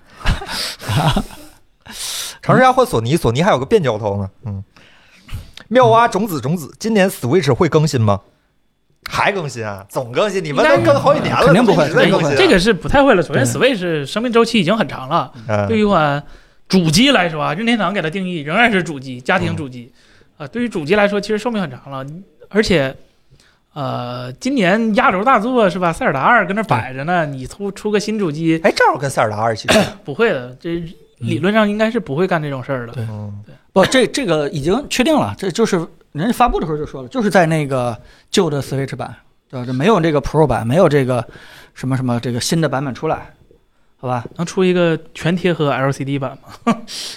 尝试一下换索尼，索尼还有个变焦头呢。嗯，妙蛙种子种子，今年 Switch 会更新吗？还更新啊？总更新？你们都更好几年了， 肯定不会， 再更新、啊。 这个是不太会了。首先 ，Switch 生命周期已经很长了。 嗯、 对于一款主机来说啊，任天堂给它定义仍然是主机，家庭主机。啊、嗯呃，对于主机来说，其实寿命很长了，而且，呃，今年压轴大作是吧？塞尔达二跟那摆着呢，你出出个新主机， 哎，正好跟塞尔达二一起。 不会的，这理论上应该是不会干这种事儿的。 对， 嗯、 对，不，这这个已经确定了，这就是人家发布的时候就说了，就是在那个旧的 Switch 版。对，这没有这个 Pro 版，没有这个什么什么这个新的版本出来，好吧？ 能出一个全贴合 L C D 版吗？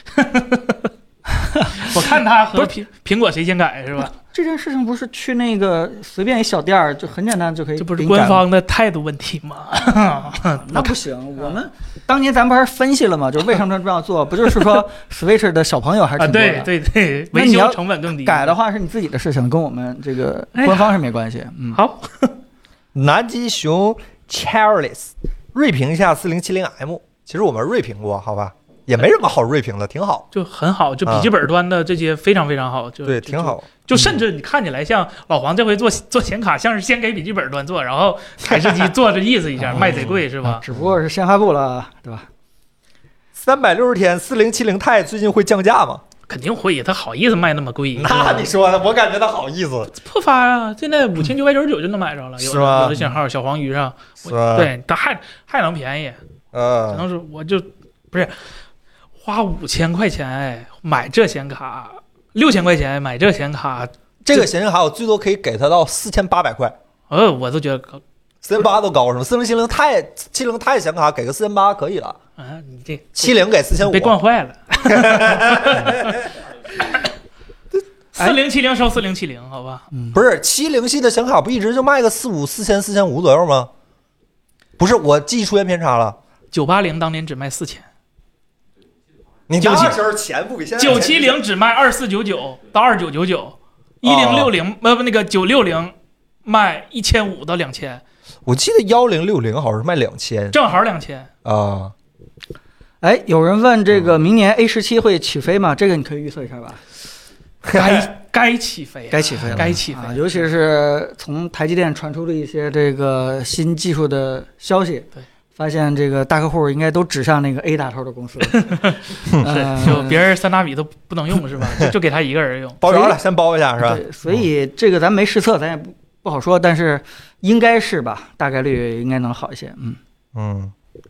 我看它和苹苹果谁先改是吧？ 这件事情不是去那个随便一小店儿就很简单就可以， 这不是官方的态度问题吗？ 那不行，我们当年咱不还分析了吗？就是为什么这样做，不就是说 Switch 的小朋友还是挺多的？ 啊，对对对，维修成本更低。 改的话是你自己的事情，跟我们这个官方是没关系。哎、嗯， 好。 南极熊 Charles 锐评一下 四零七零 M， 其实我们锐评过，好吧？也没什么好锐评的，挺好， 就很好，就笔记本端的这些非常非常好，就对，挺好。 就甚至你看起来像老黄这回做做显卡，像是先给笔记本端做，然后台式机做着意思一下，卖贼贵是吧？ 只不过是先发布了，对吧？ 三百六十天，四零七零 钛最近会降价吗？ 肯定会，他好意思卖那么贵？ 那你说的，我感觉他好意思。 破发啊！现在五千九百九十九就能买着了，有是吗？ 有的型号小黄鱼上， 是吧？ 对，它还还能便宜， 呃， 可能是我就不是。花五千块钱哎，买这显卡，六千块钱买这显卡， 这个显卡我最多可以给他到四千八百块。 呃，我都觉得高， 四千八都高是吗？四零七零钛七零钛显卡给个四千八可以了。 啊，你这七零给四千五， 被惯坏了。四零七零收四零七零，好吧？ 嗯， 不是七零系的显卡不一直就卖个四五四千四千五左右吗？不是，我记忆出现偏差了。 九八零当年只卖四千。 你那时候钱不比现在。 九七零只卖二四九九到二九九九，一零六零呃不那个九六零卖一千五到两千。 我记得幺零六零好像是卖两千， 正好两千啊。 哎，有人问这个明年 A 十七会起飞吗？这个你可以预测一下吧。 该该起飞， 该起飞了， 该起飞、 啊。尤其是从台积电传出的一些这个新技术的消息， 对。 发现这个大客户应该都指向那个 A 打头的公司， 是就别人三纳米都不能用是吧？就就给他一个人用， 包着了，先包一下是吧？ 对，所以这个咱没实测，咱也不不好说，但是应该是吧，大概率应该能好一些。嗯嗯。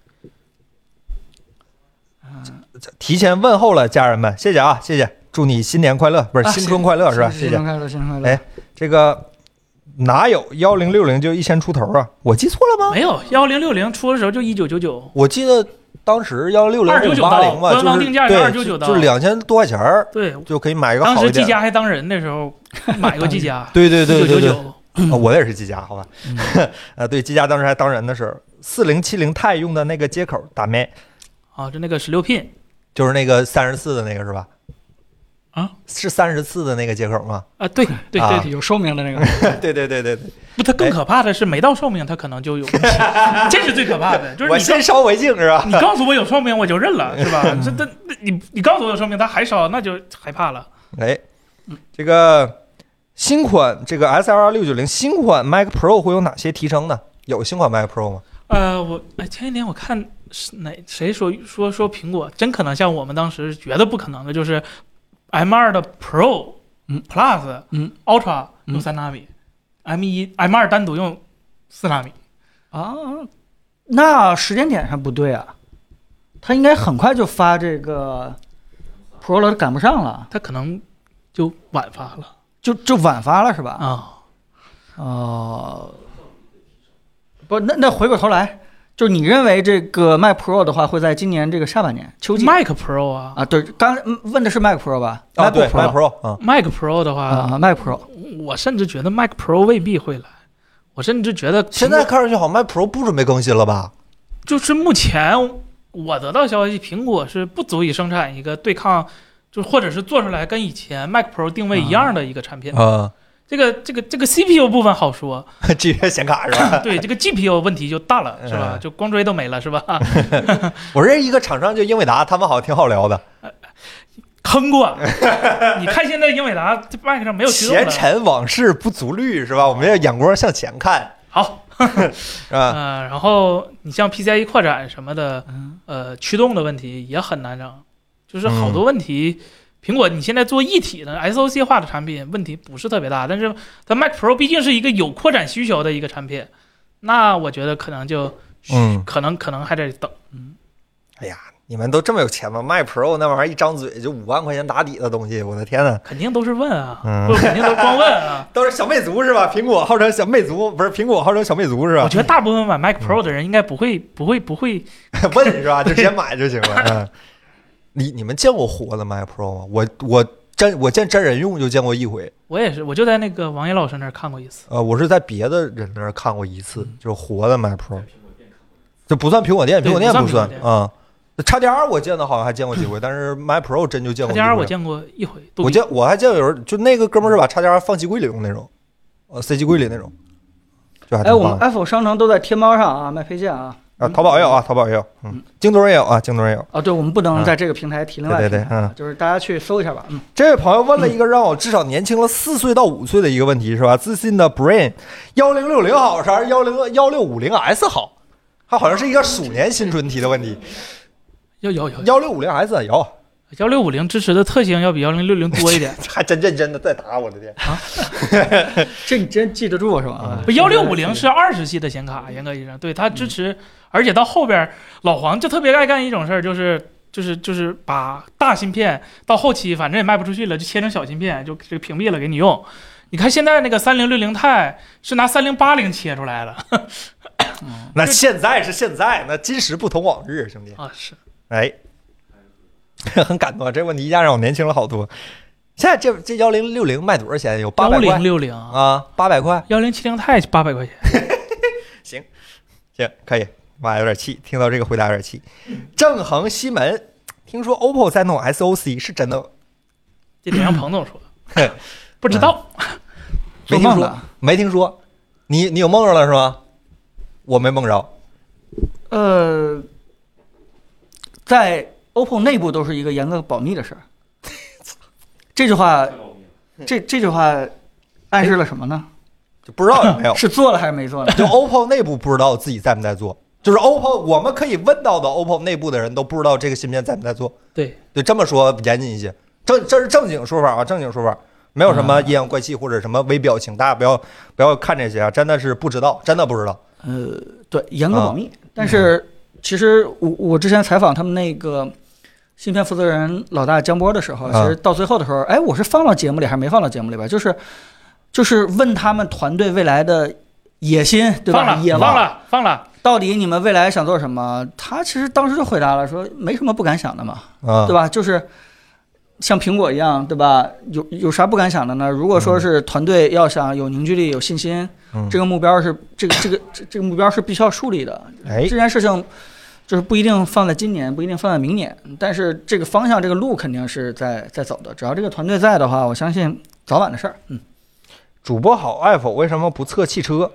提前问候了家人们，谢谢啊，谢谢，祝你新年快乐，不是、啊、新春快乐是吧？谢谢， 新春快乐，新春快乐。 哎，这个。哪有幺零六零就一千出头啊？我记错了吗？ 没有，幺零六零出的时候就一九九九。 我记得当时幺六零五八零嘛， 官方定价是二九九刀， 就是两千多块钱儿， 对， 就可以买一个好一点。 当时技嘉还当人的时候买过技嘉， 对对对对对， 嗯哦、我也是技嘉，好吧？嗯、呃，对，技嘉当时还当人的时候，四零七零钛用的那个接口打没？ 啊，就那个十六 pin， 就是那个三十四的那个是吧？ 啊， 是三十四的那个接口吗？ 啊，对对对， 啊、有寿命的那个。 对对对对对。 不，它更可怕的是没到寿命，它可能就有问题，这是最可怕的。就是我先烧为敬是吧？ 你告诉我有寿命，我就认了，是吧？这这你你告诉我有寿命，它还烧，那就害怕了。 哎，这个新款这个 S L R 六九零新款 Mac Pro 会有哪些提升呢？有新款 Mac Pro 吗？ 呃，我哎前几年我看是哪谁说说说苹果真可能像我们当时觉得不可能的，就是。M 二 的 Pro、 嗯 Plus、 嗯 Ultra 有三纳米、 M 一 M 二单独用四纳米啊，那时间点上不对啊，他应该很快就发这个 Pro 了，赶不上了， 它可能就晚发了， 就就晚发了是吧？ 啊， 哦、呃，不，那那回过头来，就是你认为这个 Mac Pro 的话会在今年这个下半年秋季 Mac Pro 啊啊，对，刚问的是 Mac Pro 吧？ 啊，对 Mac Pro 啊 ，Mac Pro 的话啊 ，Mac Pro， 我甚至觉得 Mac Pro 未必会来，我甚至觉得现在看上去好像 Mac Pro 不准备更新了吧？ 就是目前我得到消息，苹果是不足以生产一个对抗，就或者是做出来跟以前 Mac Pro 定位一样的一个产品。 啊， 这个这个这个 C P U 部分好说， G P U 显卡是吧？ 对，这个 G P U 问题就大了，是吧？ 嗯就光追都没了，是吧？ 我认识一个厂商，就英伟达，他们好像挺好聊的。 坑过，你看现在英伟达这 Mac 上没有驱动了前尘往事不足虑是吧？我们要眼光向前看， 好， 是吧？ 呃，然后你像 P C I E 扩展什么的，呃，驱动的问题也很难整，就是好多问题。苹果你现在做一体的 S O C 化的产品，问题不是特别大，但是它 Mac Pro 毕竟是一个有扩展需求的一个产品，那我觉得可能就， 嗯， 可能可能还得等。嗯， 哎呀，你们都这么有钱吗？Mac Pro 那玩意儿一张嘴就五万块钱打底的东西，我的天呐！ 肯定都是问啊， 嗯不肯定都是光问啊。 都是小魅族是吧？苹果号称小魅族，不是苹果号称小魅族是吧？ 我觉得大部分买 Mac Pro 的人应该不会不会不会问是吧？就直接买就行了。嗯，你你们见过活的 Mac Pro 吗？我我真我见真人用就见过一回。 我也是，我就在那个王岩老师那儿看过一次。 呃，我是在别的人那儿看过一次，就是活的 Mac Pro，这不算苹果店，苹果店不算啊。叉 D R 我见的好像还见过几回，但是 Mac Pro 真就见过。 叉 D R 我见过一回， 我见我还见过有人就那个哥们儿是把叉 D R 放机柜里用那种，呃 C 机柜里那种，就还哎，我们 Apple 商城都在天猫上啊卖配件啊。 啊，淘宝也有啊，淘宝也有，嗯，京东也有啊，京东也有。 哦，对，我们不能在这个平台提另外对对对，嗯， 就是大家去搜一下吧。嗯， 这位朋友问了一个让我至少年轻了四岁到五岁的一个问题，是吧？自信的 Brain 幺零六零好还是幺零幺六五零 S 好？它好像是一个鼠年新春题的问题。 有有有幺六五零 S 有。 幺六五零支持的特性要比幺零六零多一点， 还真认真的在答，我的天啊！ 这你真记得住是吧？ 不，幺六五零是二十系的显卡，严格意义上，对它支持，而且到后边老黄就特别爱干一种事儿，就是就是就是把大芯片到后期反正也卖不出去了，就切成小芯片，就这个屏蔽了给你用。你看现在那个三零六零 钛是拿三零八零切出来的， 那现在是现在，那今时不同往日，兄弟啊是， 哎。很感动，这问题一下让我年轻了好多。现在这这幺零六零卖多少钱？有八百块。 幺零六零啊，八百块。 幺零七零钛八百块钱。 行，行，可以。妈有点气，听到这个回答有点气。正恒西门，听说 O P P O 在弄 S O C 是真的？ 这得让彭总说。不知道， 没听说，没听说。你你有梦着了是吗？我没梦着。 呃，在。O P P O 内部都是一个严格保密的事儿，这句话，这这句话暗示了什么呢？ 就不知道有没有是做了还是没做呢？ 就 O P P O 内部不知道自己在不在做，就是 O P P O 我们可以问到的 O P P O 内部的人都不知道这个芯片在不在做。 对对，这么说严谨一些，正这是正经说法啊，正经说法，没有什么阴阳怪气或者什么微表情，大家不要不要看这些啊，真的是不知道，真的不知道。 呃，对，严格保密。啊、但是其实我我之前采访他们那个。芯片负责人老大江波的时候，其实到最后的时候，哎，我是放到节目里还是没放到节目里边？就是，就是问他们团队未来的野心，对吧？ 放了，放了，放了。 到底你们未来想做什么？他其实当时就回答了，说没什么不敢想的嘛， 啊、 对吧？就是像苹果一样，对吧？有有啥不敢想的呢？如果说是团队要想有凝聚力、有信心， 嗯、 这个目标是这个这个这这个目标是必须要树立的。 哎， 这件事情。就是不一定放在今年，不一定放在明年，但是这个方向、这个路肯定是在在走的。只要这个团队在的话，我相信早晚的事儿。嗯， 主播好，Apple 为什么不测汽车？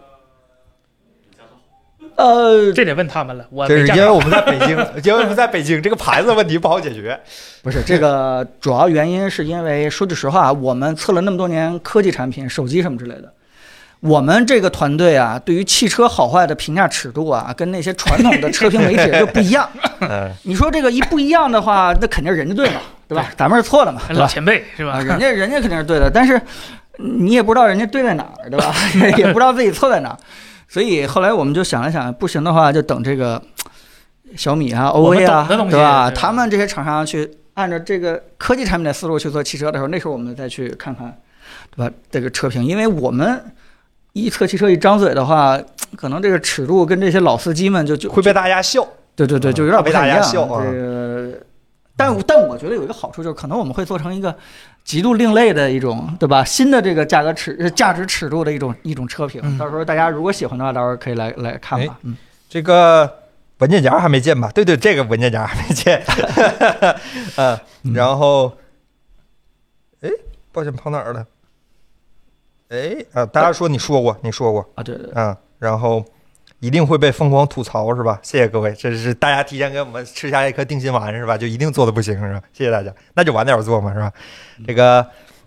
呃， 这得问他们了。我这是因为我们在北京，因为我们在北京，这个牌子问题不好解决。 不是这个主要原因，是因为说句实话，我们测了那么多年科技产品、手机什么之类的。我们这个团队啊，对于汽车好坏的评价尺度啊，跟那些传统的车评媒体就不一样。你说这个一不一样的话，那肯定人家对嘛，对吧？咱们是错的嘛， 老前辈是吧？ 人家人家肯定是对的，但是你也不知道人家对在哪儿，对吧？也不知道自己错在哪儿，所以后来我们就想了想，不行的话就等这个小米啊、O A 啊，对吧？他们这些厂商去按照这个科技产品的思路去做汽车的时候，那时候我们再去看看，对吧？这个车评，因为我们一测汽车一张嘴的话，可能这个尺度跟这些老司机们就就会被大家笑。 对对对，就有点不太一样。 笑这个，但但我觉得有一个好处就是，可能我们会做成一个极度另类的一种，对吧？新的这个价格尺价值尺度的一种一种车评。 嗯、 到时候大家如果喜欢的话，到时候可以来来看吧。嗯， 这个文件夹还没见吧？对对，这个文件夹还没见。嗯，然后，哎，抱歉，跑哪儿了？哎啊，大家说你说过，你说过啊，对对啊，然后。一定会被疯狂吐槽是吧？谢谢各位，这是大家提前给我们吃下一颗定心丸是吧？就一定做的不行是吧？谢谢大家，那就晚点做嘛是吧？这个，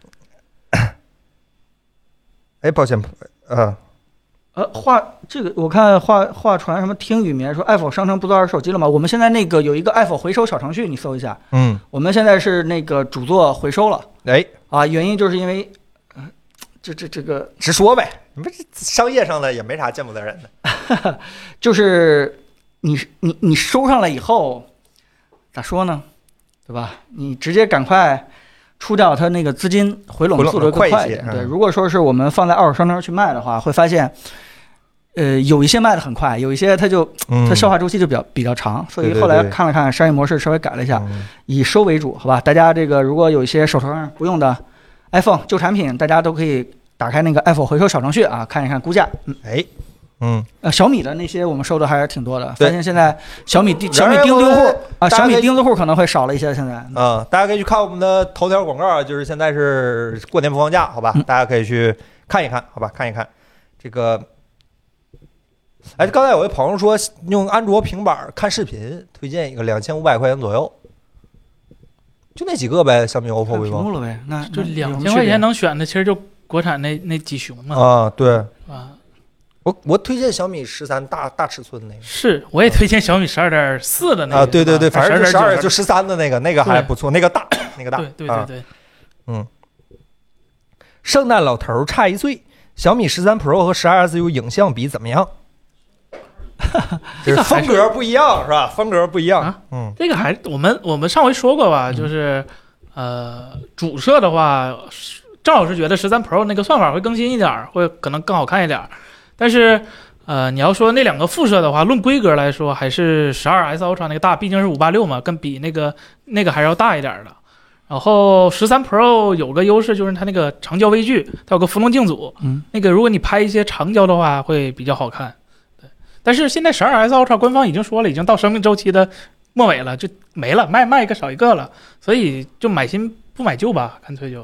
哎，抱歉，呃， 呃，话这个我看话话传什么听雨眠说爱否商城不做二手手机了吗？我们现在那个有一个爱否回收小程序，你搜一下。 嗯， 我们现在是那个主做回收了。 哎， 啊，原因就是因为，呃、这这这个直说呗，你们商业上的也没啥见不得人的。 就是你你你收上来以后，咋说呢，对吧？你直接赶快出掉它那个资金回笼速度更快一点。对，如果说是我们放在二手商城去卖的话，会发现，呃，有一些卖的很快，有一些它就它消化周期就比较比较长。所以后来看了看商业模式，稍微改了一下，以收为主，好吧？大家这个如果有一些手头上不用的 iPhone 旧产品，大家都可以打开那个 iPhone 回收小程序啊，看一看估价。嗯， 哎。嗯， 呃，小米的那些我们收的还是挺多的，发现现在小米钉小米钉子户啊，小米钉子户可能会少了一些。现在， 嗯，大家可以去看我们的头条广告，就是现在是过年不放假，好吧？嗯、大家可以去看一看，好吧？看一看这个。哎，刚才有位朋友说用安卓平板看视频，推荐一个两千五百块钱左右，就那几个呗，小米、O P P O、vivo 了呗，那就两千块钱能选的，其实就国产那那几雄嘛。 啊，对啊。 我我推荐小米十三大大尺寸那个， 是我也推荐小米十二点四的那个啊，对对对，反正就十二就十三的那个，那个还不错，那个大那个大， 对对对对， 啊、嗯。圣诞老头差一岁，小米十三 Pro 和十二 S 有影像比怎么样？这个风格不一样是吧？风格不一样， 啊、 嗯， 这个还我们我们上回说过吧，就是呃主摄的话。郑老师觉得十三 Pro 那个算法会更新一点，会可能更好看一点，但是，呃，你要说那两个副摄的话，论规格来说，还是十二 S Ultra 那个大，毕竟是五八六嘛，跟比那个那个还是要大一点的。然后十三 Pro 有个优势就是它那个长焦微距，它有个浮动镜组， 嗯， 那个如果你拍一些长焦的话，会比较好看。对，但是现在十二 S Ultra 官方已经说了，已经到生命周期的末尾了，就没了，卖卖一个少一个了，所以就买新不买旧吧，干脆就。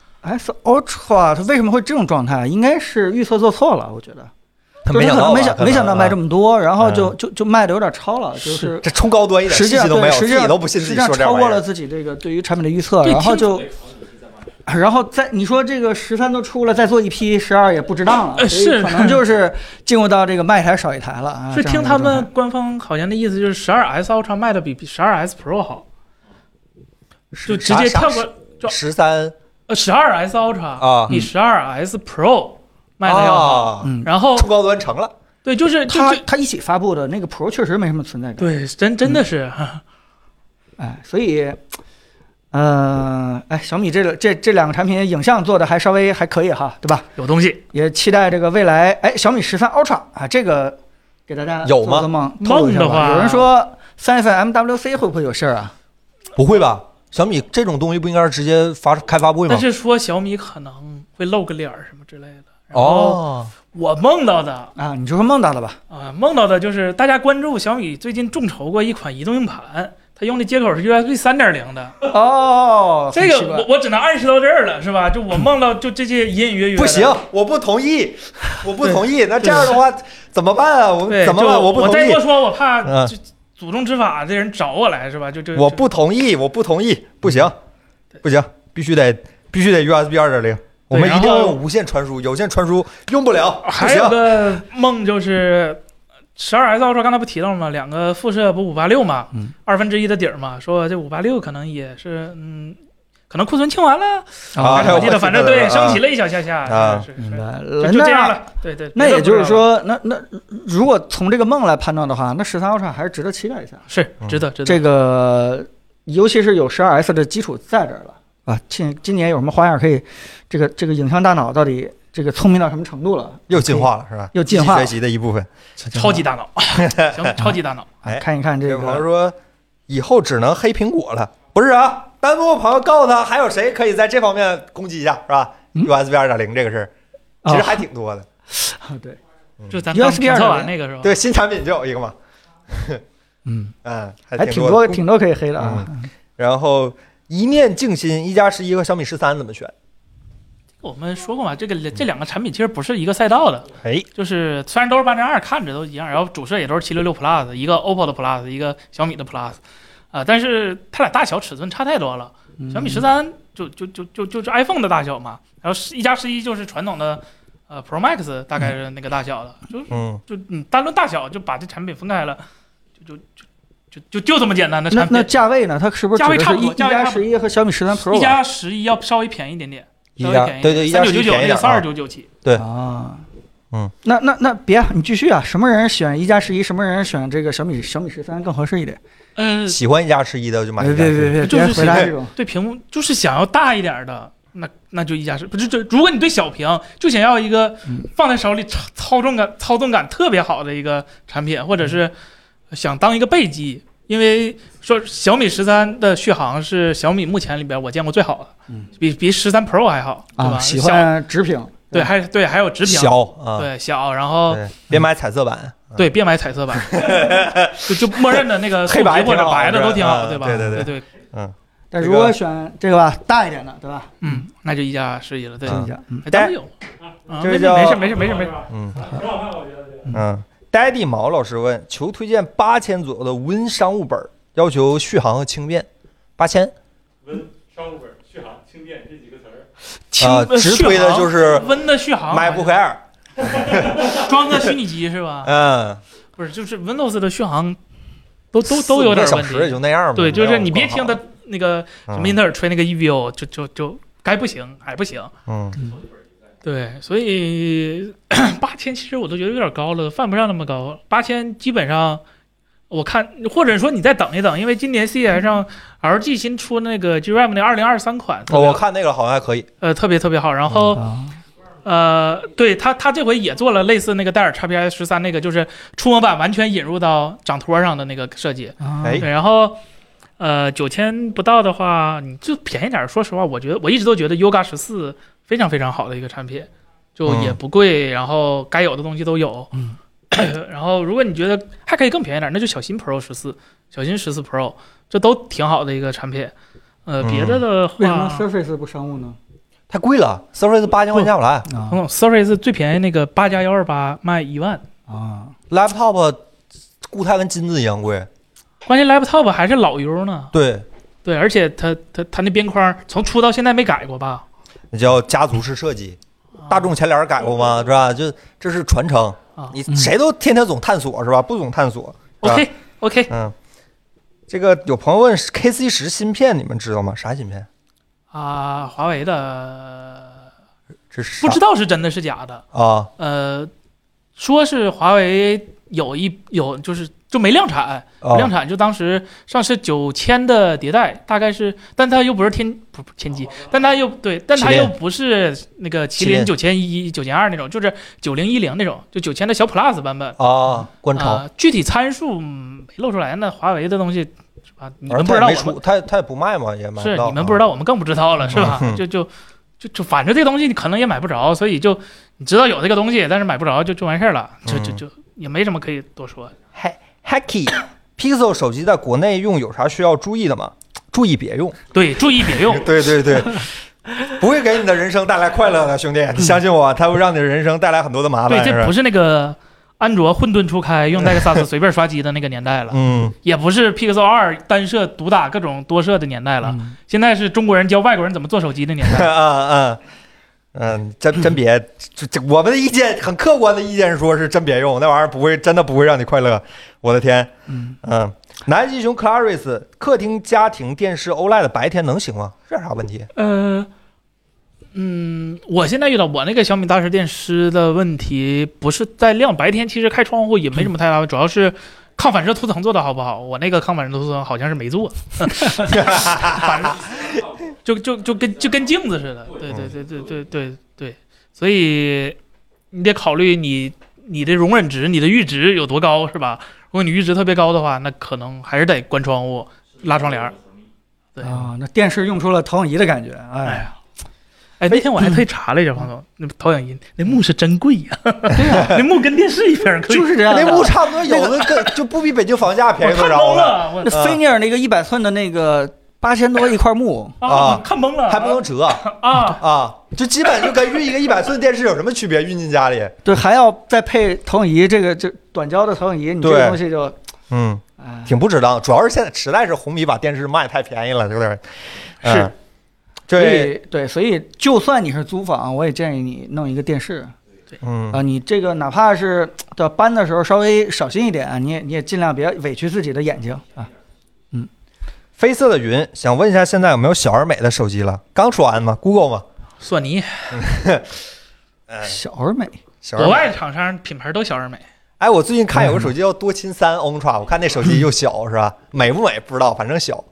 S Ultra 它为什么会这种状态？应该是预测做错了，我觉得。 没想到， 没想没想到卖这么多，然后就就就卖的有点超了，就是这冲高端一点， 实际上都没有， 实际上自己都不信自己说这玩意儿， 实际上超过了自己这个对于产品的预测，然后就，然后再你说这个十三都出了，再做一批十二也不值当了， 是可能就是进入到这个卖一台少一台了啊。 是听他们官方好像的意思就是十二 S Ultra 卖的比十二 S Pro 好，就直接跳过十三。 呃，十二 S Ultra 啊， 比十二 S Pro 卖的要好， 啊嗯， 然后冲高端成了， 对，就是它它一起发布的那个 Pro 确实没什么存在感， 对，真真的是， 嗯、哎，所以，呃，哎，小米这个这这两个产品影像做的还稍微还可以哈，对吧？ 有东西， 也期待这个未来，哎，小米十三 Ultra 啊，这个给大家有吗？ 梦梦的话， 有人说三月份 M W C 会不会有事儿啊？ 不会吧？小米这种东西不应该是直接发开发布会吗？ 但是说小米可能会露个脸什么之类的。 哦， 我梦到的啊，你就说梦到的吧。 啊，梦到的就是大家关注小米最近众筹过一款移动硬盘，它用的接口是 U S B 三点零 的。 哦， 这个我我只能暗示到这儿了，是吧？就我梦到就这些隐隐约约。 不行，我不同意，我不同意。那这样的话怎么办啊？我怎么办？我不同意。 我再多说，我怕就祖宗执法的人找我来，是吧？就就我不同意，我不同意，不行，不行，必须得必须得 U S B 二点零。我们一定要用无线传输，有线传输用不了。 还有个梦就是十二 S Ultra， 刚才不提到了吗？两个副摄不五八六嘛， 嗯， 二分之一的底儿嘛，说这五八六可能也是嗯可能库存清完了， 啊我记得反正对啊升级了一小下下， 啊是是明白是， 了， 就就这样那了。对对， 那也就是别的不知道了说，那那如果从这个梦来判断的话，那十三 Ultra 还是值得期待一下。 是值得值得。 这个尤其是有十二 S 的基础在这儿了啊，今今年有什么花样可以？这个这个影像大脑到底这个聪明到什么程度了？ 又进化了是吧？ 又进化了学习的一部分。 超级大脑，行，超级大脑。 哎看一看这这个朋友个， 说，以后只能黑苹果了。不是啊，弹幕朋友告诉他，还有谁可以在这方面攻击一下，是吧、 嗯、 ？U S B 二点零这个事儿，其实还挺多的。 啊，对， 就咱刚 U S B 评测二完那个是吧？ 对，新产品就有一个嘛。 嗯嗯， 还还多挺多挺多可以黑的啊。 然后一念静心，一加十一和小米十三怎么选？ 我们说过嘛，这个这两个产品其实不是一个赛道的， 哎， 就是虽然都是八针二，看着都一样，然后主摄也都是七六六 Plus， 一个 O P P O 的 Plus， 一个小米的 Plus， 啊、呃，但是它俩大小尺寸差太多了。小米十三就就就就就是 iPhone 的大小嘛，然后一加十一就是传统的呃 Pro Max 大概是那个大小的，就嗯， 就你单论大小就把这产品分开了，就就就就就就这么简单的产品。 那那价位呢？它是不是价位差不多？ 一加十一和小米十三 Pro？ 一加十一要稍微便宜一点点。 一加对对，一加三九九九那个三二九九起， 对啊， 嗯， 那那那别，你继续啊！什么人选一加十一？什么人选这个小米小米十三更合适一点？ 嗯， 喜欢一加十一的就买别一加十一。 别别别， 就是别回答这种。 对屏幕就是想要大一点的，那那就一加十，不是就如果你对小屏就想要一个放在手里操操纵感操纵感特别好的一个产品，或者是想当一个备机。因为说小米十三的续航是小米目前里边我见过最好的， 嗯， 比比十三 Pro 还好，对吧？ 啊，喜欢直屏， 对，还对还有直屏， 小啊， 对小，然后别买彩色版， 对，别买彩色版，就就默认的那个黑白或者白的都挺好， 对吧？ 对对对对， 嗯。 但如果选这个吧，大一点的，对吧？ 嗯，那就一加十一了，对， 一加，嗯， 当然有，啊，没这叫没事没事没事没事， 嗯， 挺好看，我觉得这个。 嗯，Daddy 毛老师问，求推荐八千左右的 Win 商务本。要求续航和轻便，八千。 温商务本续航轻便这几个词儿， 轻啊，直推的就是温的续航。 MacBook Air， 装个虚拟机是吧？ 嗯， 不是，就是 Windows 的续航都都都有点问题。 小时也就那样嘛。 对，就是你别听他那个什么英特尔吹那个 E V O， 就就就该不行还不行。 嗯， 对，所以八千其实我都觉得有点高了，犯不上那么高。八千基本上。我看，或者说你再等一等，因为今年 C E S 上 L G 新出那个 G RAM 那二零二三款， 哦，我看那个好像还可以， 呃，特别特别好。然后， 嗯、 呃，对他他这回也做了类似那个戴尔 X P S 十三那个，就是触摸板完全引入到掌托上的那个设计。 哎， 对，然后，呃，九千不到的话，你就便宜点。说实话，我觉得我一直都觉得 Yoga 十四非常非常好的一个产品，就也不贵，嗯、然后该有的东西都有。 嗯。 然后，如果你觉得还可以更便宜点，那就小新 Pro 十四、小新十四 Pro， 这都挺好的一个产品。呃，别的的话， 为什么 Surface 不商务呢？ 太贵了 ，Surface 八千块钱下不来。 啊、嗯、，Surface 最便宜那个八加幺二八卖一万啊 ，Laptop 固态跟金子一样贵。 关键 Laptop 还是老 U 呢。 对对，而且它它它那边框从出到现在没改过吧？ 那叫家族式设计。大众前脸改过吗？是吧？就这是传承。你谁都天天总探索是吧？不总探索。 OK OK。 嗯，这个有朋友问 K C 十芯片，你们知道吗？啥芯片？ 啊，华为的。 这是不知道是真的是假的啊？ 呃，说是华为有一有就是就没量产， 哦、 量产就当时上市九千的迭代，大概是，但它又不是天不不天玑，但它又对，但它又不是那个麒麟九千一、九千二那种，就是九零一零那种，就九千的小 Plus 版本啊。观察、 呃、具体参数没露出来，那华为的东西是吧？你们不知道我们它它也不卖嘛，也买不到。 是你们不知道，我们更不知道了，是吧？ 嗯、 就就就就反正这东西你可能也买不着，所以就你知道有这个东西，但是买不着就就完事儿了，就就就也没什么可以多说的。 嗨 Hacky Pixel 手机在国内用有啥需要注意的吗？注意别用。 对，注意别用。 对对对，不会给你的人生带来快乐的，兄弟，你相信我，它会让你的人生带来很多的麻烦。 对，这不是那个安卓混沌初开用 Nexus 随便刷机的那个年代了， 嗯， 也不是 Pixel 二单摄独打各种多摄的年代了， 嗯、 现在是中国人教外国人怎么做手机的年代。 嗯嗯嗯，真真别，这这我们的意见很客观的意见说是真别用，那玩意儿不会真的不会让你快乐。我的天， 嗯嗯， 南极熊 Claris 客厅家庭电视 O L E D 白天能行吗？这有啥问题？ 呃，嗯，我现在遇到我那个小米大师电视的问题，不是在亮，白天其实开窗户也没什么太大，主要是抗反射涂层做的好不好。我那个抗反射涂层好像是没做，反正就就就跟就跟镜子似的。对对对对对对对，所以你得考虑你你的容忍值、你的阈值有多高，是吧？如果你阈值特别高的话，那可能还是得关窗户、拉窗帘。对啊，那电视用出了投影仪的感觉，哎呀。 哎，那天我还特意查了一下，黄总，那投影仪那幕是真贵呀、啊，对呀、啊，那幕跟电视一边贵， 就是这样的。 那幕差不多有的跟就不比北京房价便宜多少了。 那菲涅尔那个一百寸的那个八千多一块幕啊，看懵了， 还不能折啊啊，就基本就跟运一个一百寸电视有什么区别？运进家里， 对，还要再配投影仪，这个这短焦的投影仪，你这个东西就嗯，挺不值当。主要是现在实在是红米把电视卖太便宜了，有点是。 所以对，所以就算你是租房，我也建议你弄一个电视。 对， 嗯啊，你这个哪怕是的搬的时候稍微小心一点，你也你也尽量别委屈自己的眼睛啊。嗯， 绯色的云想问一下，现在有没有小而美的手机了？刚说完吗 ？Google 吗？ 索尼。 小而美， 国外厂商品牌都小而美。 哎，我最近看有个手机叫多亲三 Ultra， 我看那手机又小是吧？美不美不知道，反正小。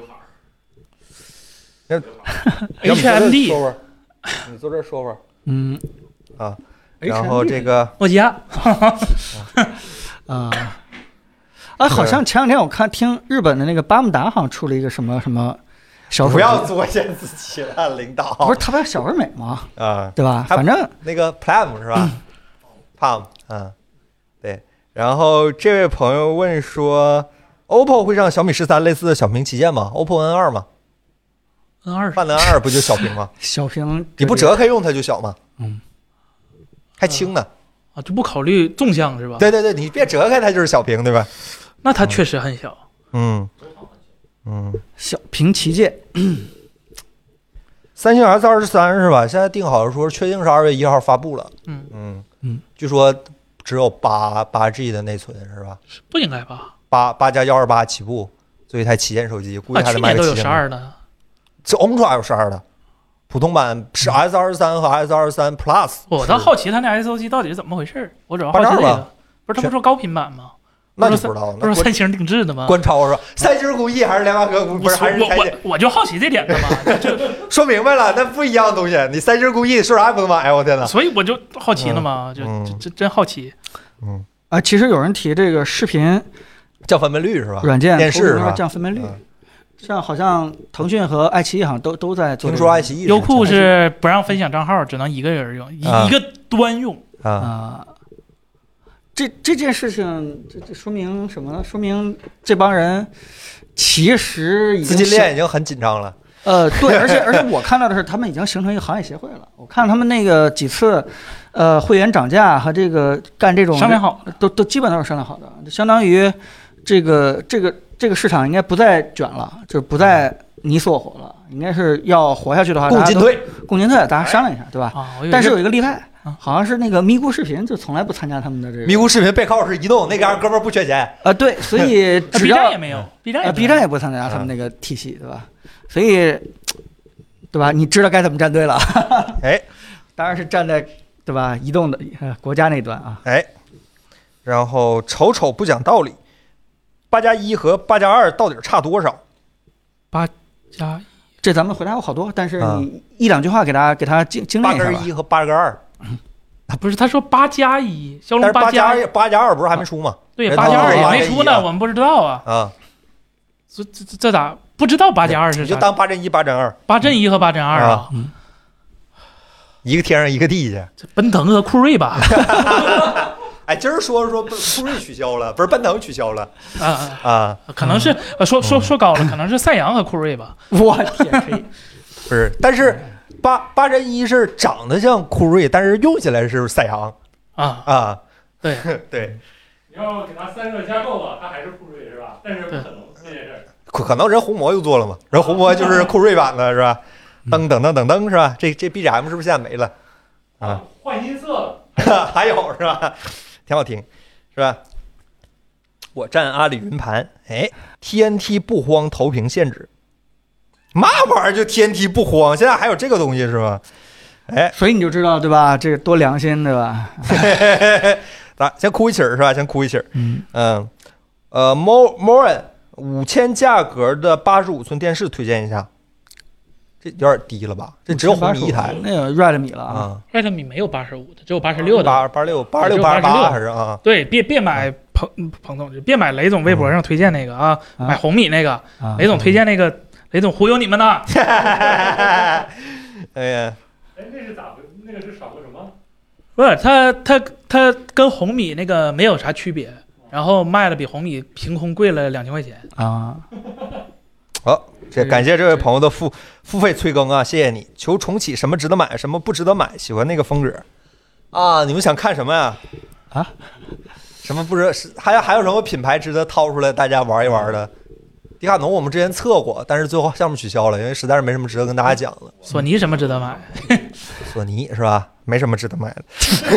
H M D， 你坐这儿说会儿。 嗯啊，然后这个诺基亚啊，啊，好像前两天我看听日本的那个巴慕达好像出了一个什么什么小手机， 不要作践自己了，领导。 不是他不是小而美吗？ 啊， 对吧？反正那个 Palm 是吧 ？Palm， 嗯，对。然后这位朋友问说 ，O P P O 会上小米十三类似的小屏旗舰吗 ？O P P O N 二吗？ N 二万能 N 二不就小屏吗？ 小屏你不折开用它就小吗？ 嗯， 还轻呢。 啊，就不考虑纵向是吧？ 对对对，你别折开它就是小屏，对吧？ 那它确实很小。 嗯嗯， 小屏旗舰。 三星 S 二十三是吧？现在定好说确定是二月一号发布了。 嗯嗯嗯， 据说只有八八 G 的内存是吧？ 不应该吧？ 八八加幺二八起步，做一台旗舰手机，估计还得卖个旗舰。 去年都有十二的。 这 Ultra 有十二的，普通版是 S 二十三和 S 二十三 Plus。 我倒好奇他那 S O C 到底是怎么回事，我主要好奇这个。不是他不说高频版吗？ 那就不知道了。 不是三星定制的吗？ 关超是吧？三星工艺还是联发科？不是，还是我我我就好奇这点的嘛。就说明白了，那不一样的东西。你三星工艺说啥也不能买，哎我天哪！ 所以我就好奇了嘛，就这真好奇。 嗯啊，其实有人提这个视频降分辨率是吧？ 软件电视是吧？ 降分辨率。像好像腾讯和爱奇艺好像都都在做。 听说爱奇艺优酷是不让分享账号，只能一个人用，一、 啊、 一个端用啊。 啊这这件事情，这这说明什么呢？说明这帮人其实已经资金链已经很紧张了。 呃，对，而且而且我看到的是，他们已经形成一个行业协会了。我看他们那个几次，呃，会员涨价和这个干这种商量好， 都都基本都是商量好的，相当于这个这个。这个市场应该不再卷了，就是不再你死我活了，应该是要活下去的话， 共进退， 共进退，大家商量一下，对吧？ 啊、 但是有一个例外，好像是那个咪咕视频就从来不参加他们的这个。 咪咕视频背靠是移动，那嘎哥们儿不缺钱啊，对，所以只要 B 站也没有 ，B 站啊 B 站也不参加他们那个体系，对吧？所以，对吧？你知道该怎么站队了？ 哎， 当然是站在对吧？移动的呃国家那端啊。 哎，然后丑丑不讲道理。八加一和八加二到底差多少？ 八加一， 这咱们回答过好多，但是你一两句话给大家给他精精炼一下吧。 八根一和八根二， 不是他说八加一，骁龙八加八加二不是还没出吗？ 对，八加二也没出呢，我们不知道啊。 啊， 这这这咋不知道八加二是啥？ 你就当八针一八针二， 八针一和八针二啊， 一个天上一个地下。 这奔腾和酷睿吧。 哎，今儿说说酷睿取消了，不是奔腾取消了啊啊， 可能是呃说说说高了，可能是赛扬和酷睿吧。 我天，可以不是，但是八八针一是长得像酷睿，但是用起来是赛扬啊啊， 对对。 你要给它散热加购了，它还是酷睿是吧？但是不可能这件事儿。 可可能人红魔又做了嘛？人红魔就是酷睿版的是吧？噔噔噔噔噔是吧？这这 B G M 是不是现在没了啊？ 换音色了， 还有是吧？挺好听，是吧？ 我占阿里云盘，哎 ，T N T 不慌投屏限制，嘛玩意儿就 T N T 不慌，现在还有这个东西是吗？哎， 所以你就知道对吧？这个多良心对吧？ 咱先哭一起儿是吧？先哭一起儿。 嗯嗯，呃 ，More More 五千价格的八十五寸电视推荐一下，这有点低了吧？这只有红米一台， 那个 Redmi 了啊。 啊， Redmi 没有八十五的，只有八十六的。 八八六八六八八还是啊？ 对，别别买彭彭总，别买雷总微博上推荐那个啊， 啊买红米那个。 啊雷总推荐那个，雷总忽悠你们呢。 哎呀， 哎，那是咋回？那个是少个什么？ 不是，它它它跟红米那个没有啥区别，然后卖的比红米凭空贵了两千块钱。 啊， 好，这感谢这位朋友的付付费催更啊，谢谢你。求重启什么值得买，什么不值得买，喜欢那个风格啊？你们想看什么呀？ 啊？ 什么不值？是还有还有什么品牌值得掏出来大家玩一玩的？迪卡侬我们之前测过，但是最后项目取消了，因为实在是没什么值得跟大家讲的。 索尼什么值得买？ 索尼是吧？没什么值得买的。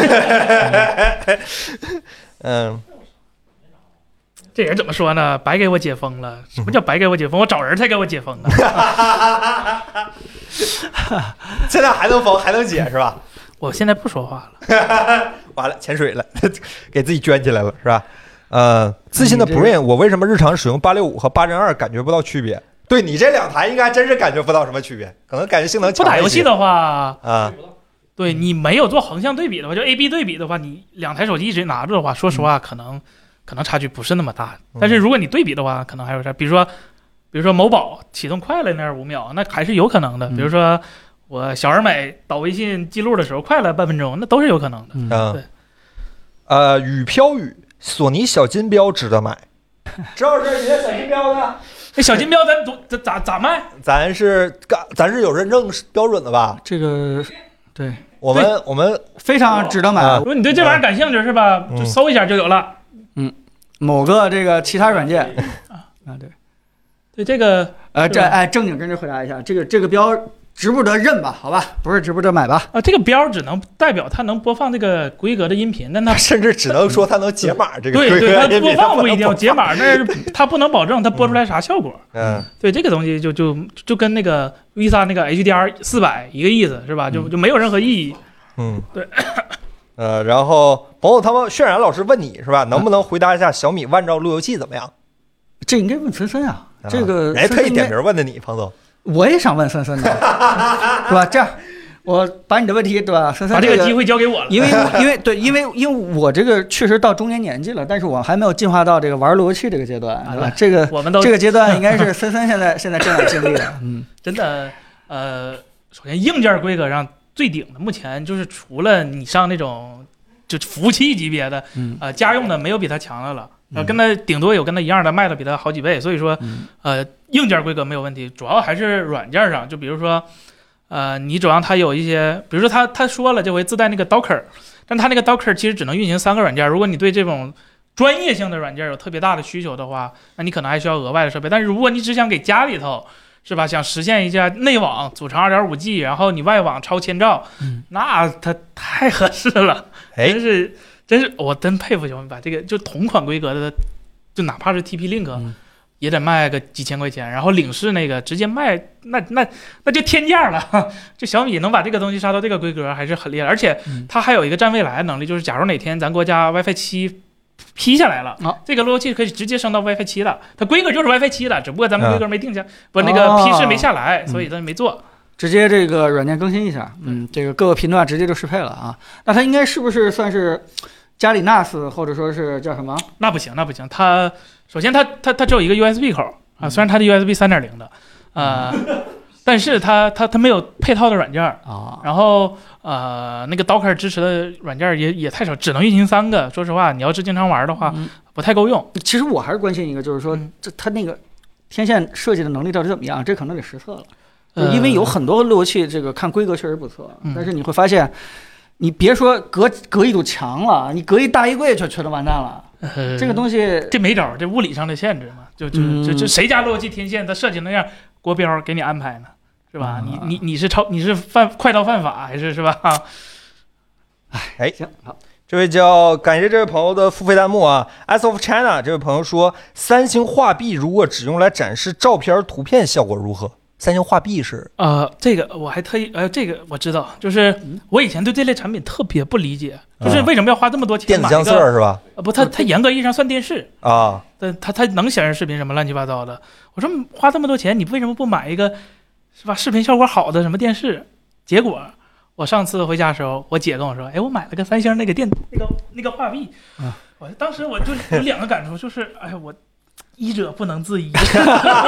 嗯， 这人怎么说呢？白给我解封了。什么叫白给我解封？我找人才给我解封的。 现在还能封还能解是吧？ 我现在不说话了。 完了，潜水了，给自己圈起来了是吧？呃，自信的 Brain， 我为什么日常使用八六五和八针二感觉不到区别？对你这两台应该真是感觉不到什么区别，可能感觉性能强一些。 不打游戏的话啊， 对你没有做横向对比的话，就 A B 对比的话，你两台手机一直拿着的话，说实话，可能、嗯、可能差距不是那么大。但是如果你对比的话，可能还有啥，比如说，比如说某宝启动快了零点五秒，那还是有可能的。比如说我小而美导微信记录的时候快了半分钟，那都是有可能的。 嗯， 对。 呃，雨飘雨，索尼小金标值得买。周老师，你的小金标呢？ 那小金标咱多咋咋咋卖？ 咱是干，咱是有认证标准的吧？ 这个，对我们我们非常值得买。 啊如果你对这玩意儿感兴趣是吧？ 嗯、 就搜一下就有了。 嗯，某个这个其他软件啊，对， 对这个呃，这哎正经真正回答一下，这个这个标值不得认吧？好吧，不是值不得买吧？ 啊，这个标只能代表它能播放这个规格的音频，但它甚至只能说它能解码这个规格对对，它播放不一定解码，但是它不能保证它播出来啥效果。 嗯， 对，这个东西就就就跟那个 Visa 那个 H D R 四百一个意思是吧？就就没有任何意义。 嗯， 对。 呃，然后朋友他们渲染老师问你是吧，能不能回答一下小米万兆路由器怎么样？ 这应该问森森啊，这个人家特意点名问的你，彭总。 我也想问森森的，是吧？这样，我把你的问题对吧，森森、 把这个机会交给我了。 因为因为对，因为因为我这个确实到中年年纪了，但是我还没有进化到这个玩路由器这个阶段，对吧？这个我们都这个阶段应该是森森现在现在正在经历的。嗯， 真的，呃，首先硬件规格上最顶的，目前就是除了你上那种就服务器级别的， 嗯， 呃，家用的没有比它强的了。呃，跟它顶多有跟它一样的，卖的比它好几倍，所以说，呃，硬件规格没有问题，主要还是软件上，就比如说，呃，你指望它有一些，比如说它它说了这回自带那个 Docker， 但它那个 Docker 其实只能运行三个软件，如果你对这种专业性的软件有特别大的需求的话，那你可能还需要额外的设备，但是如果你只想给家里头，是吧，想实现一下内网组成 二点五 G， 然后你外网超千兆， 嗯、 那它太合适了， 哎， 真是。真是我真佩服小米，把这个就同款规格的，就哪怕是 T P Link，、嗯、也得卖个几千块钱，然后领事那个直接卖，那那那就天价了。就小米能把这个东西杀到这个规格还是很厉害，而且它还有一个占未来的能力，就是假如哪天咱国家 WiFi 七批下来了， 哦、 这个路由器可以直接升到 WiFi 七了，它规格就是 WiFi 七的，只不过咱们规格没定下，嗯、不那个批示没下来， 哦、 所以咱没做。 直接这个软件更新一下，嗯，这个各个频段直接就适配了啊。那它应该是不是算是？加里 N A S 或者说是叫什么？ 那不行，那不行。它首先它它它只有一个 U S B 口啊，虽然它的 U S B 三点零的，呃，但是它它它没有配套的软件啊。然后呃，那个 Docker 支持的软件也也太少，只能运行三个。说实话，你要是经常玩的话， 嗯、 不太够用。 其实我还是关心一个，就是说这它那个天线设计的能力到底怎么样？这可能得实测了。呃、因为有很多路由器，这个看规格确实不错， 嗯、 但是你会发现。你别说隔隔一堵墙了，你隔一大衣柜就全都完蛋了。 呃、 这个东西这没招，这物理上的限制嘛，就就就就谁家路由器天线它设计那样，国标给你安排呢，是吧？ 嗯、 你你你是超你是犯快到犯法还是是吧？ 哎， 行好， 这位叫感谢这位朋友的付费弹幕啊 ，S of China 这位朋友说，三星画壁如果只用来展示照片、图片，效果如何？三星画壁是呃，这个我还特意呃，这个我知道，就是我以前对这类产品特别不理解，就是为什么要花这么多钱电子相册是吧？ 呃，不，它它严格意义上算电视啊， 但它它能显示视频什么乱七八糟的。我说花这么多钱，你为什么不买一个，是吧？视频效果好的什么电视？结果我上次回家的时候，我姐跟我说，哎，我买了个三星那个电那个那个画壁啊，我当时我就有两个感触，就是哎呀我。医者不能自医，就是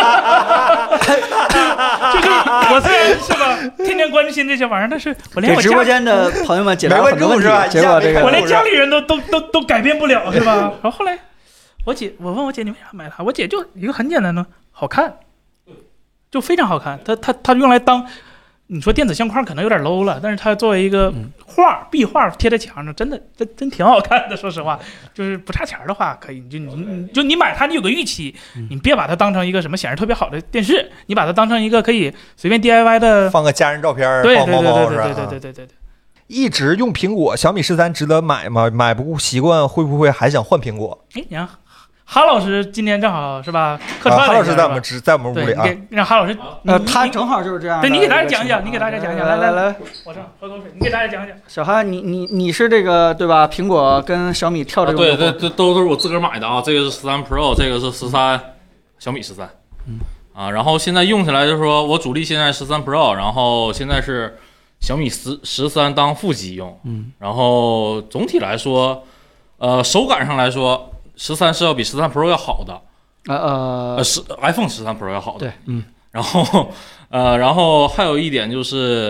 我虽然是吧，天天关心这些玩意儿，但是我连我直播间的朋友们解答了很多问题，结果这个我连家里人都都都都改变不了，是吧？然后后来我姐，我问我姐你为啥买它？我姐就一个很简单的，好看，就非常好看。它它它用来当。你说电子相框可能有点 low 了，但是它作为一个画壁画贴在墙上，真的真真挺好看的。说实话，就是不差钱的话，可以你就你你就你买它，你有个预期，你别把它当成一个什么显示特别好的电视，你把它当成一个可以随便 D I Y 的， 放个家人照片， 对对对对对对对对对对对。 一直用苹果，小米十三值得买吗？买不习惯会不会还想换苹果？ 哎，你看。哈老师今天正好是吧？客串了、啊、 哈老师在我们在我们屋里啊， 让哈老师， 呃，他正好就是这样。 对，你给大家讲讲，你给大家讲讲， 来来来， 我正喝口水，你给大家讲讲。 小哈，你你你是这个对吧？苹果跟小米跳这个、 啊，对对对，都都是我自个儿买的啊。这个是十三 Pro， 这个是十三，小米十三，嗯啊，然后现在用起来就是说我主力现在十三 Pro， 然后现在是小米十十三当副机用，嗯，然后总体来说，呃，手感上来说。十三是要比十三 Pro 要好的， 呃呃，是 iPhone 十三 Pro 要好的， 对，嗯， 然后呃，然后还有一点就是，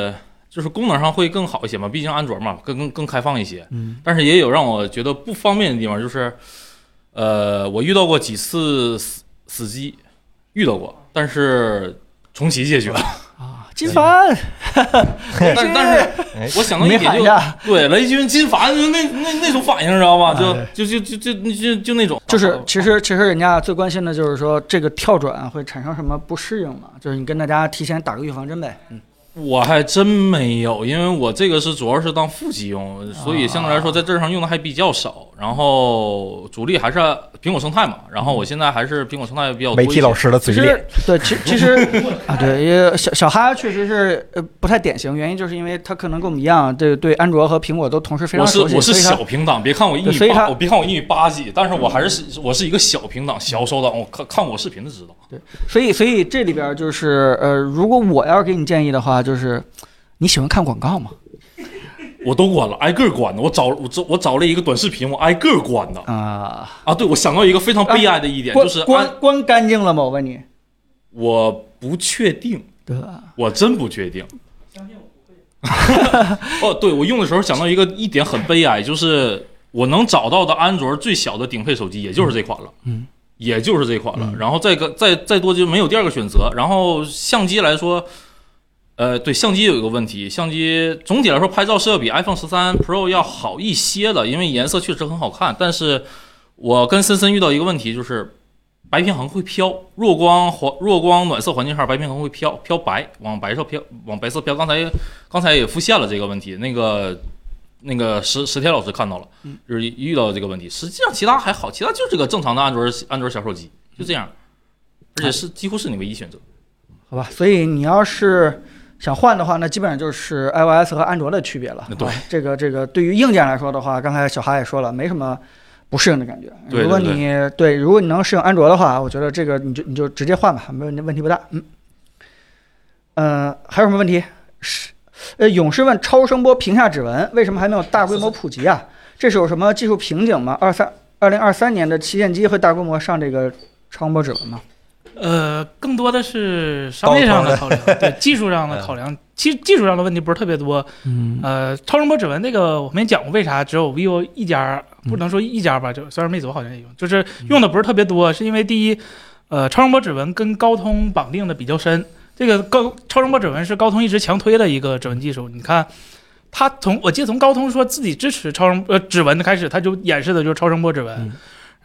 就是功能上会更好一些嘛，毕竟安卓嘛，更更更开放一些，嗯，但是也有让我觉得不方便的地方，就是，呃，我遇到过几次死死机，遇到过，但是重启解决了。 啊，金凡， 但但是我想到一点就对雷军金凡就那那那种反应知道吧？就就就就就就就那种， 就是其实其实人家最关心的就是说这个跳转会产生什么不适应嘛？就是你跟大家提前打个预防针呗。嗯， 我还真没有，因为我这个是主要是当副机用，所以相对来说在这上用的还比较少。然后主力还是苹果生态嘛，然后我现在还是苹果生态比较多。 媒体老师的嘴脸， 对，其其实啊，对，小小哈确实是呃不太典型，原因就是因为他可能跟我们一样，对对，安卓和苹果都同时非常熟悉。 我是我是小屏党，别看我一米八，我别看我一米八几，但是我还是我是一个小屏党、小手党，我看看我视频的知道。 对，所以所以这里边就是呃，如果我要是给你建议的话，就是你喜欢看广告吗？ 我都关了，挨个关的。我找我找我找了一个短视频，我挨个关的啊啊！对，我想到一个非常悲哀的一点， 啊、 就是关关干净了吗？我问你， 我不确定， 对吧？ 我真不确定。相信我不会。哦，对，我用的时候想到一个一点很悲哀，就是我能找到的安卓最小的顶配手机，也就是这款了， 嗯， 也就是这款了。 嗯、 然后再个再再多就没有第二个选择。然后相机来说。呃，对，相机有一个问题，相机总体来说拍照是要比 iPhone 十三 Pro 要好一些的，因为颜色确实很好看。但是我跟森森遇到一个问题，就是白平衡会飘，弱光环弱光暖色环境下白平衡会飘飘白，往白色飘，往白色飘。刚才刚才也浮现了这个问题，那个那个石石铁老师看到了，就是遇到这个问题。实际上其他还好，其他就是个正常的安卓安卓小手机，就这样，而且是几乎是你唯一选择。 好吧，所以你要是想换的话，那基本上就是 iOS 和安卓的区别了。 对， 啊、这个这个对于硬件来说的话，刚才小哈也说了，没什么不适应的感觉。 对对对， 如果你对，如果你能适应安卓的话，我觉得这个你就你就直接换吧，没问题，问题不大。嗯，呃，还有什么问题？是，呃，勇士问超声波屏下指纹为什么还没有大规模普及啊？这是有什么技术瓶颈吗？二三二零二三年的旗舰机会大规模上这个超声波指纹吗？ 呃，更多的是商业上的考量，对技术上的考量。其实技术上的问题不是特别多。 嗯， 呃，超声波指纹这个我们也讲过，为啥只有 vivo 一家，不能说一家吧，就虽然魅族好像也用，就是用的不是特别多，是因为第一，呃，超声波指纹跟高通绑定的比较深。这个高超声波指纹是高通一直强推的一个指纹技术。你看，它从我记得从高通说自己支持超声呃指纹的开始，它就演示的就是超声波指纹。 嗯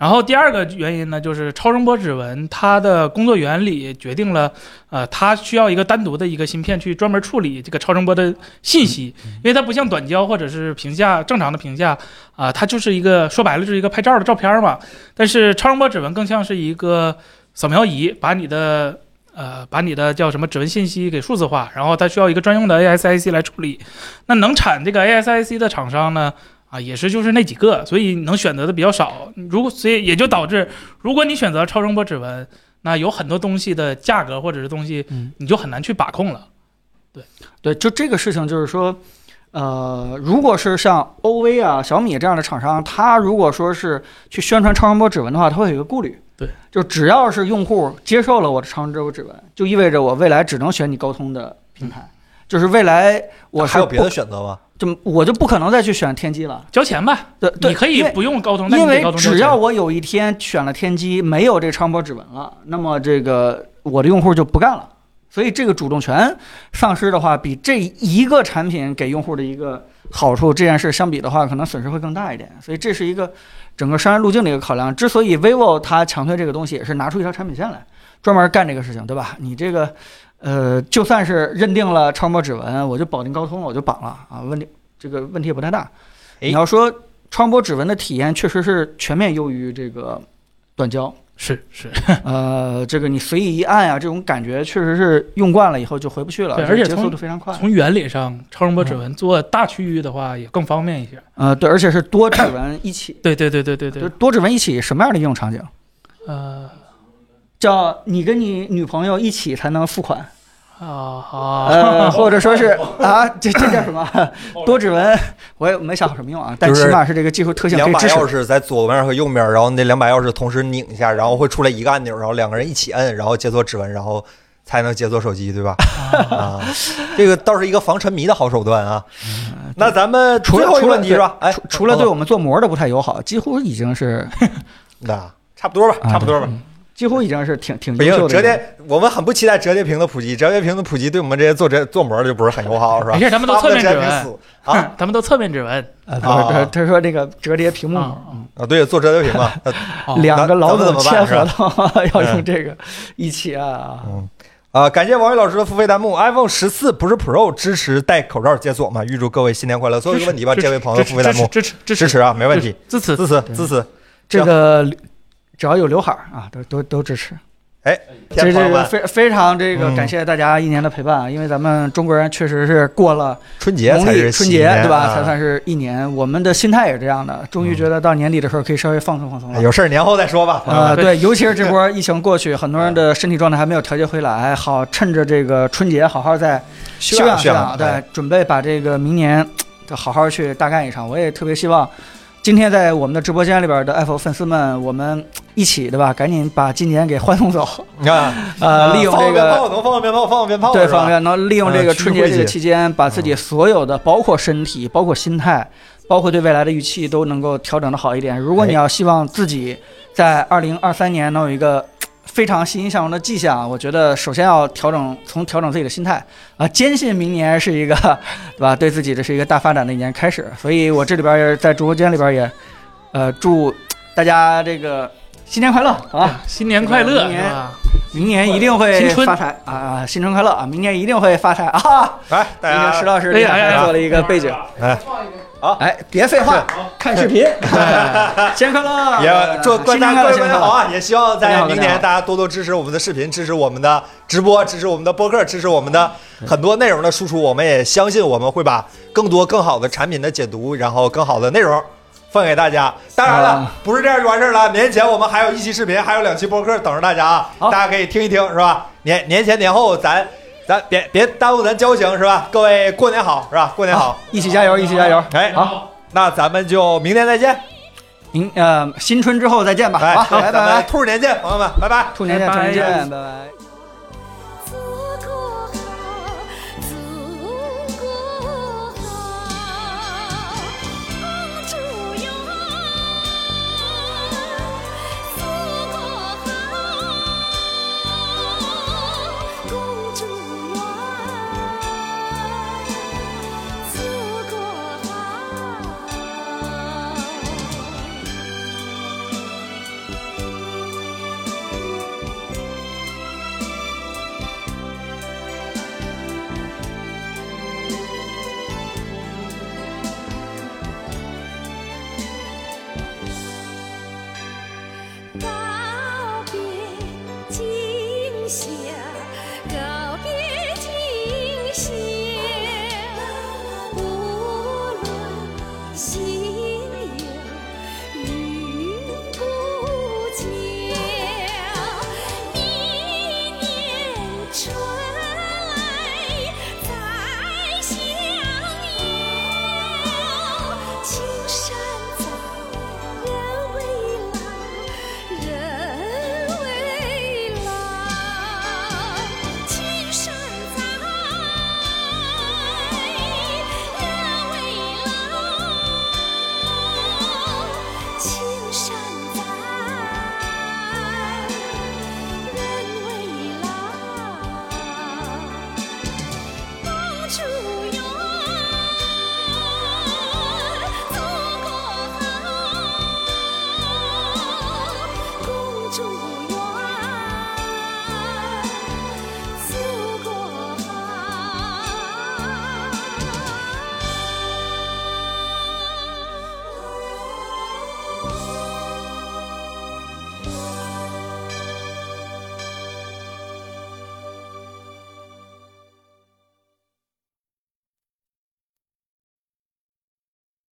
然后第二个原因呢，就是超声波指纹它的工作原理决定了，呃，它需要一个单独的一个芯片去专门处理这个超声波的信息，因为它不像短焦或者是屏下正常的屏下啊、呃，它就是一个说白了就是一个拍照的照片嘛。但是超声波指纹更像是一个扫描仪，把你的呃把你的叫什么指纹信息给数字化，然后它需要一个专用的 A S I C 来处理。那能产这个 A S I C 的厂商呢？啊，也是就是那几个，所以能选择的比较少。如果所以也就导致，如果你选择超声波指纹，那有很多东西的价格或者是东西，你就很难去把控了。对对，就这个事情就是说，呃，如果是像 O V 啊、小米这样的厂商，它如果说是去宣传超声波指纹的话，它会有一个顾虑。 对， 就只要是用户接受了我的超声波指纹，就意味着我未来只能选你高通的平台，就是未来我是还有别的选择吗？ 就我就不可能再去选天玑了， 交钱吧。 对，对你可以不用高通，但因为你得高通交钱只要我有一天选了天玑，没有这个超声波指纹了，那么这个我的用户就不干了。所以这个主动权丧失的话，比这一个产品给用户的一个好处这件事相比的话，可能损失会更大一点。所以这是一个整个商业路径的一个考量。之所以 vivo 它强推这个东西，也是拿出一条产品线来专门干这个事情，对吧？你这个呃，就算是认定了超声波指纹，我就保定高通了，我就绑了啊，问题。这个问题也不太大。你要说超声波指纹的体验确实是全面优于这个短焦， 是是， 呃，这个你随意一按啊，这种感觉确实是用惯了以后就回不去了， 对，而且接速度非常快。 从原理上，超声波指纹做大区域的话也更方便一些。 呃，对，而且是多指纹一起。 对对对对对对， 就多指纹一起，什么样的应用场景？ 呃， 叫你跟你女朋友一起才能付款。 啊好， 呃，或者说是啊，这这叫什么？多指纹，我也没想好什么用啊，但起码是这个技术特性可以两把支持。 钥匙在左面和右面，然后那两把钥匙同时拧一下，然后会出来一个按钮，然后两个人一起摁，然后解锁指纹，然后才能解锁手机，对吧？啊，这个倒是一个防沉迷的好手段啊。那咱们除了最后一个问题是吧？哎， 除除了对我们做膜的不太友好，几乎已经是那差不多吧，差不多吧。 几乎已经是挺挺不行， 优秀的。 折叠，我们很不期待折叠屏的普及。折叠屏的普及对我们这些做折做膜的就不是很友好，是吧？ 没事，他们都侧面指纹啊， 他们都侧面指纹啊。他他说这个折叠屏幕啊， 啊对，做折叠屏嘛， 两个老总签合同要用这个一起啊。 嗯啊，感谢王宇老师的付费弹幕。iPhone 十四不是 Pro 支持戴口罩解锁吗？预祝各位新年快乐。最后一个问题吧，这位朋友付费弹幕支持支持啊，没问题， 支持支持支持。 这个只要有刘海啊，都都都支持。 哎， 这这个非非常这个感谢大家一年的陪伴，因为咱们中国人确实是过了春节农历春节对吧， 啊、 才算是一年。我们的心态也是这样的，终于觉得到年底的时候可以稍微放松放松了。 有事年后再说吧。 呃，对，尤其是这波疫情过去，很多人的身体状态还没有调节回来，好趁着这个春节好好再休养休养，对，准备把这个明年好好去大干一场。我也特别希望。今天在我们的直播间里边的 Apple 粉丝们，我们一起对吧？赶紧把今年给欢送走啊！ 呃，利用这个能放放鞭炮，放鞭炮， 对，放鞭炮，能利用这个春节这个期间，把自己所有的，包括身体，包括心态，包括对未来的预期，都能够调整的好一点。如果你要希望自己在二零二三年能有一个非常欣欣向荣的迹象，我觉得首先要调整，从调整自己的心态啊，坚信明年是一个，对吧？对自己这是一个大发展的一年开始。所以我这里边也在直播间里边也，呃，祝大家这个新年快乐，好吧？ 新年快乐， 明年明年一定会发财啊！新春快乐啊！明年一定会发财啊！ 来，大家石老师厉害，做了一个背景， 哎。好， 哎，别废话，看视频。新年快乐！ 也祝各位大家过年好啊！也希望在明年大家多多支持我们的视频，支持我们的直播，支持我们的播客，支持我们的很多内容的输出。我们也相信我们会把更多更好的产品的解读，然后更好的内容分给大家。当然了，不是这样就完事儿了。年前我们还有一期视频，还有两期播客等着大家啊，大家可以听一听，是吧？年年前年后咱。咱别别耽误咱交情是吧？各位过年好是吧？过年好， 一起加油，一起加油！ 哎，好，那咱们就明年再见， 明呃新春之后再见吧。好，拜拜， 兔年见，朋友们，拜拜， 兔年见，兔年见，拜拜。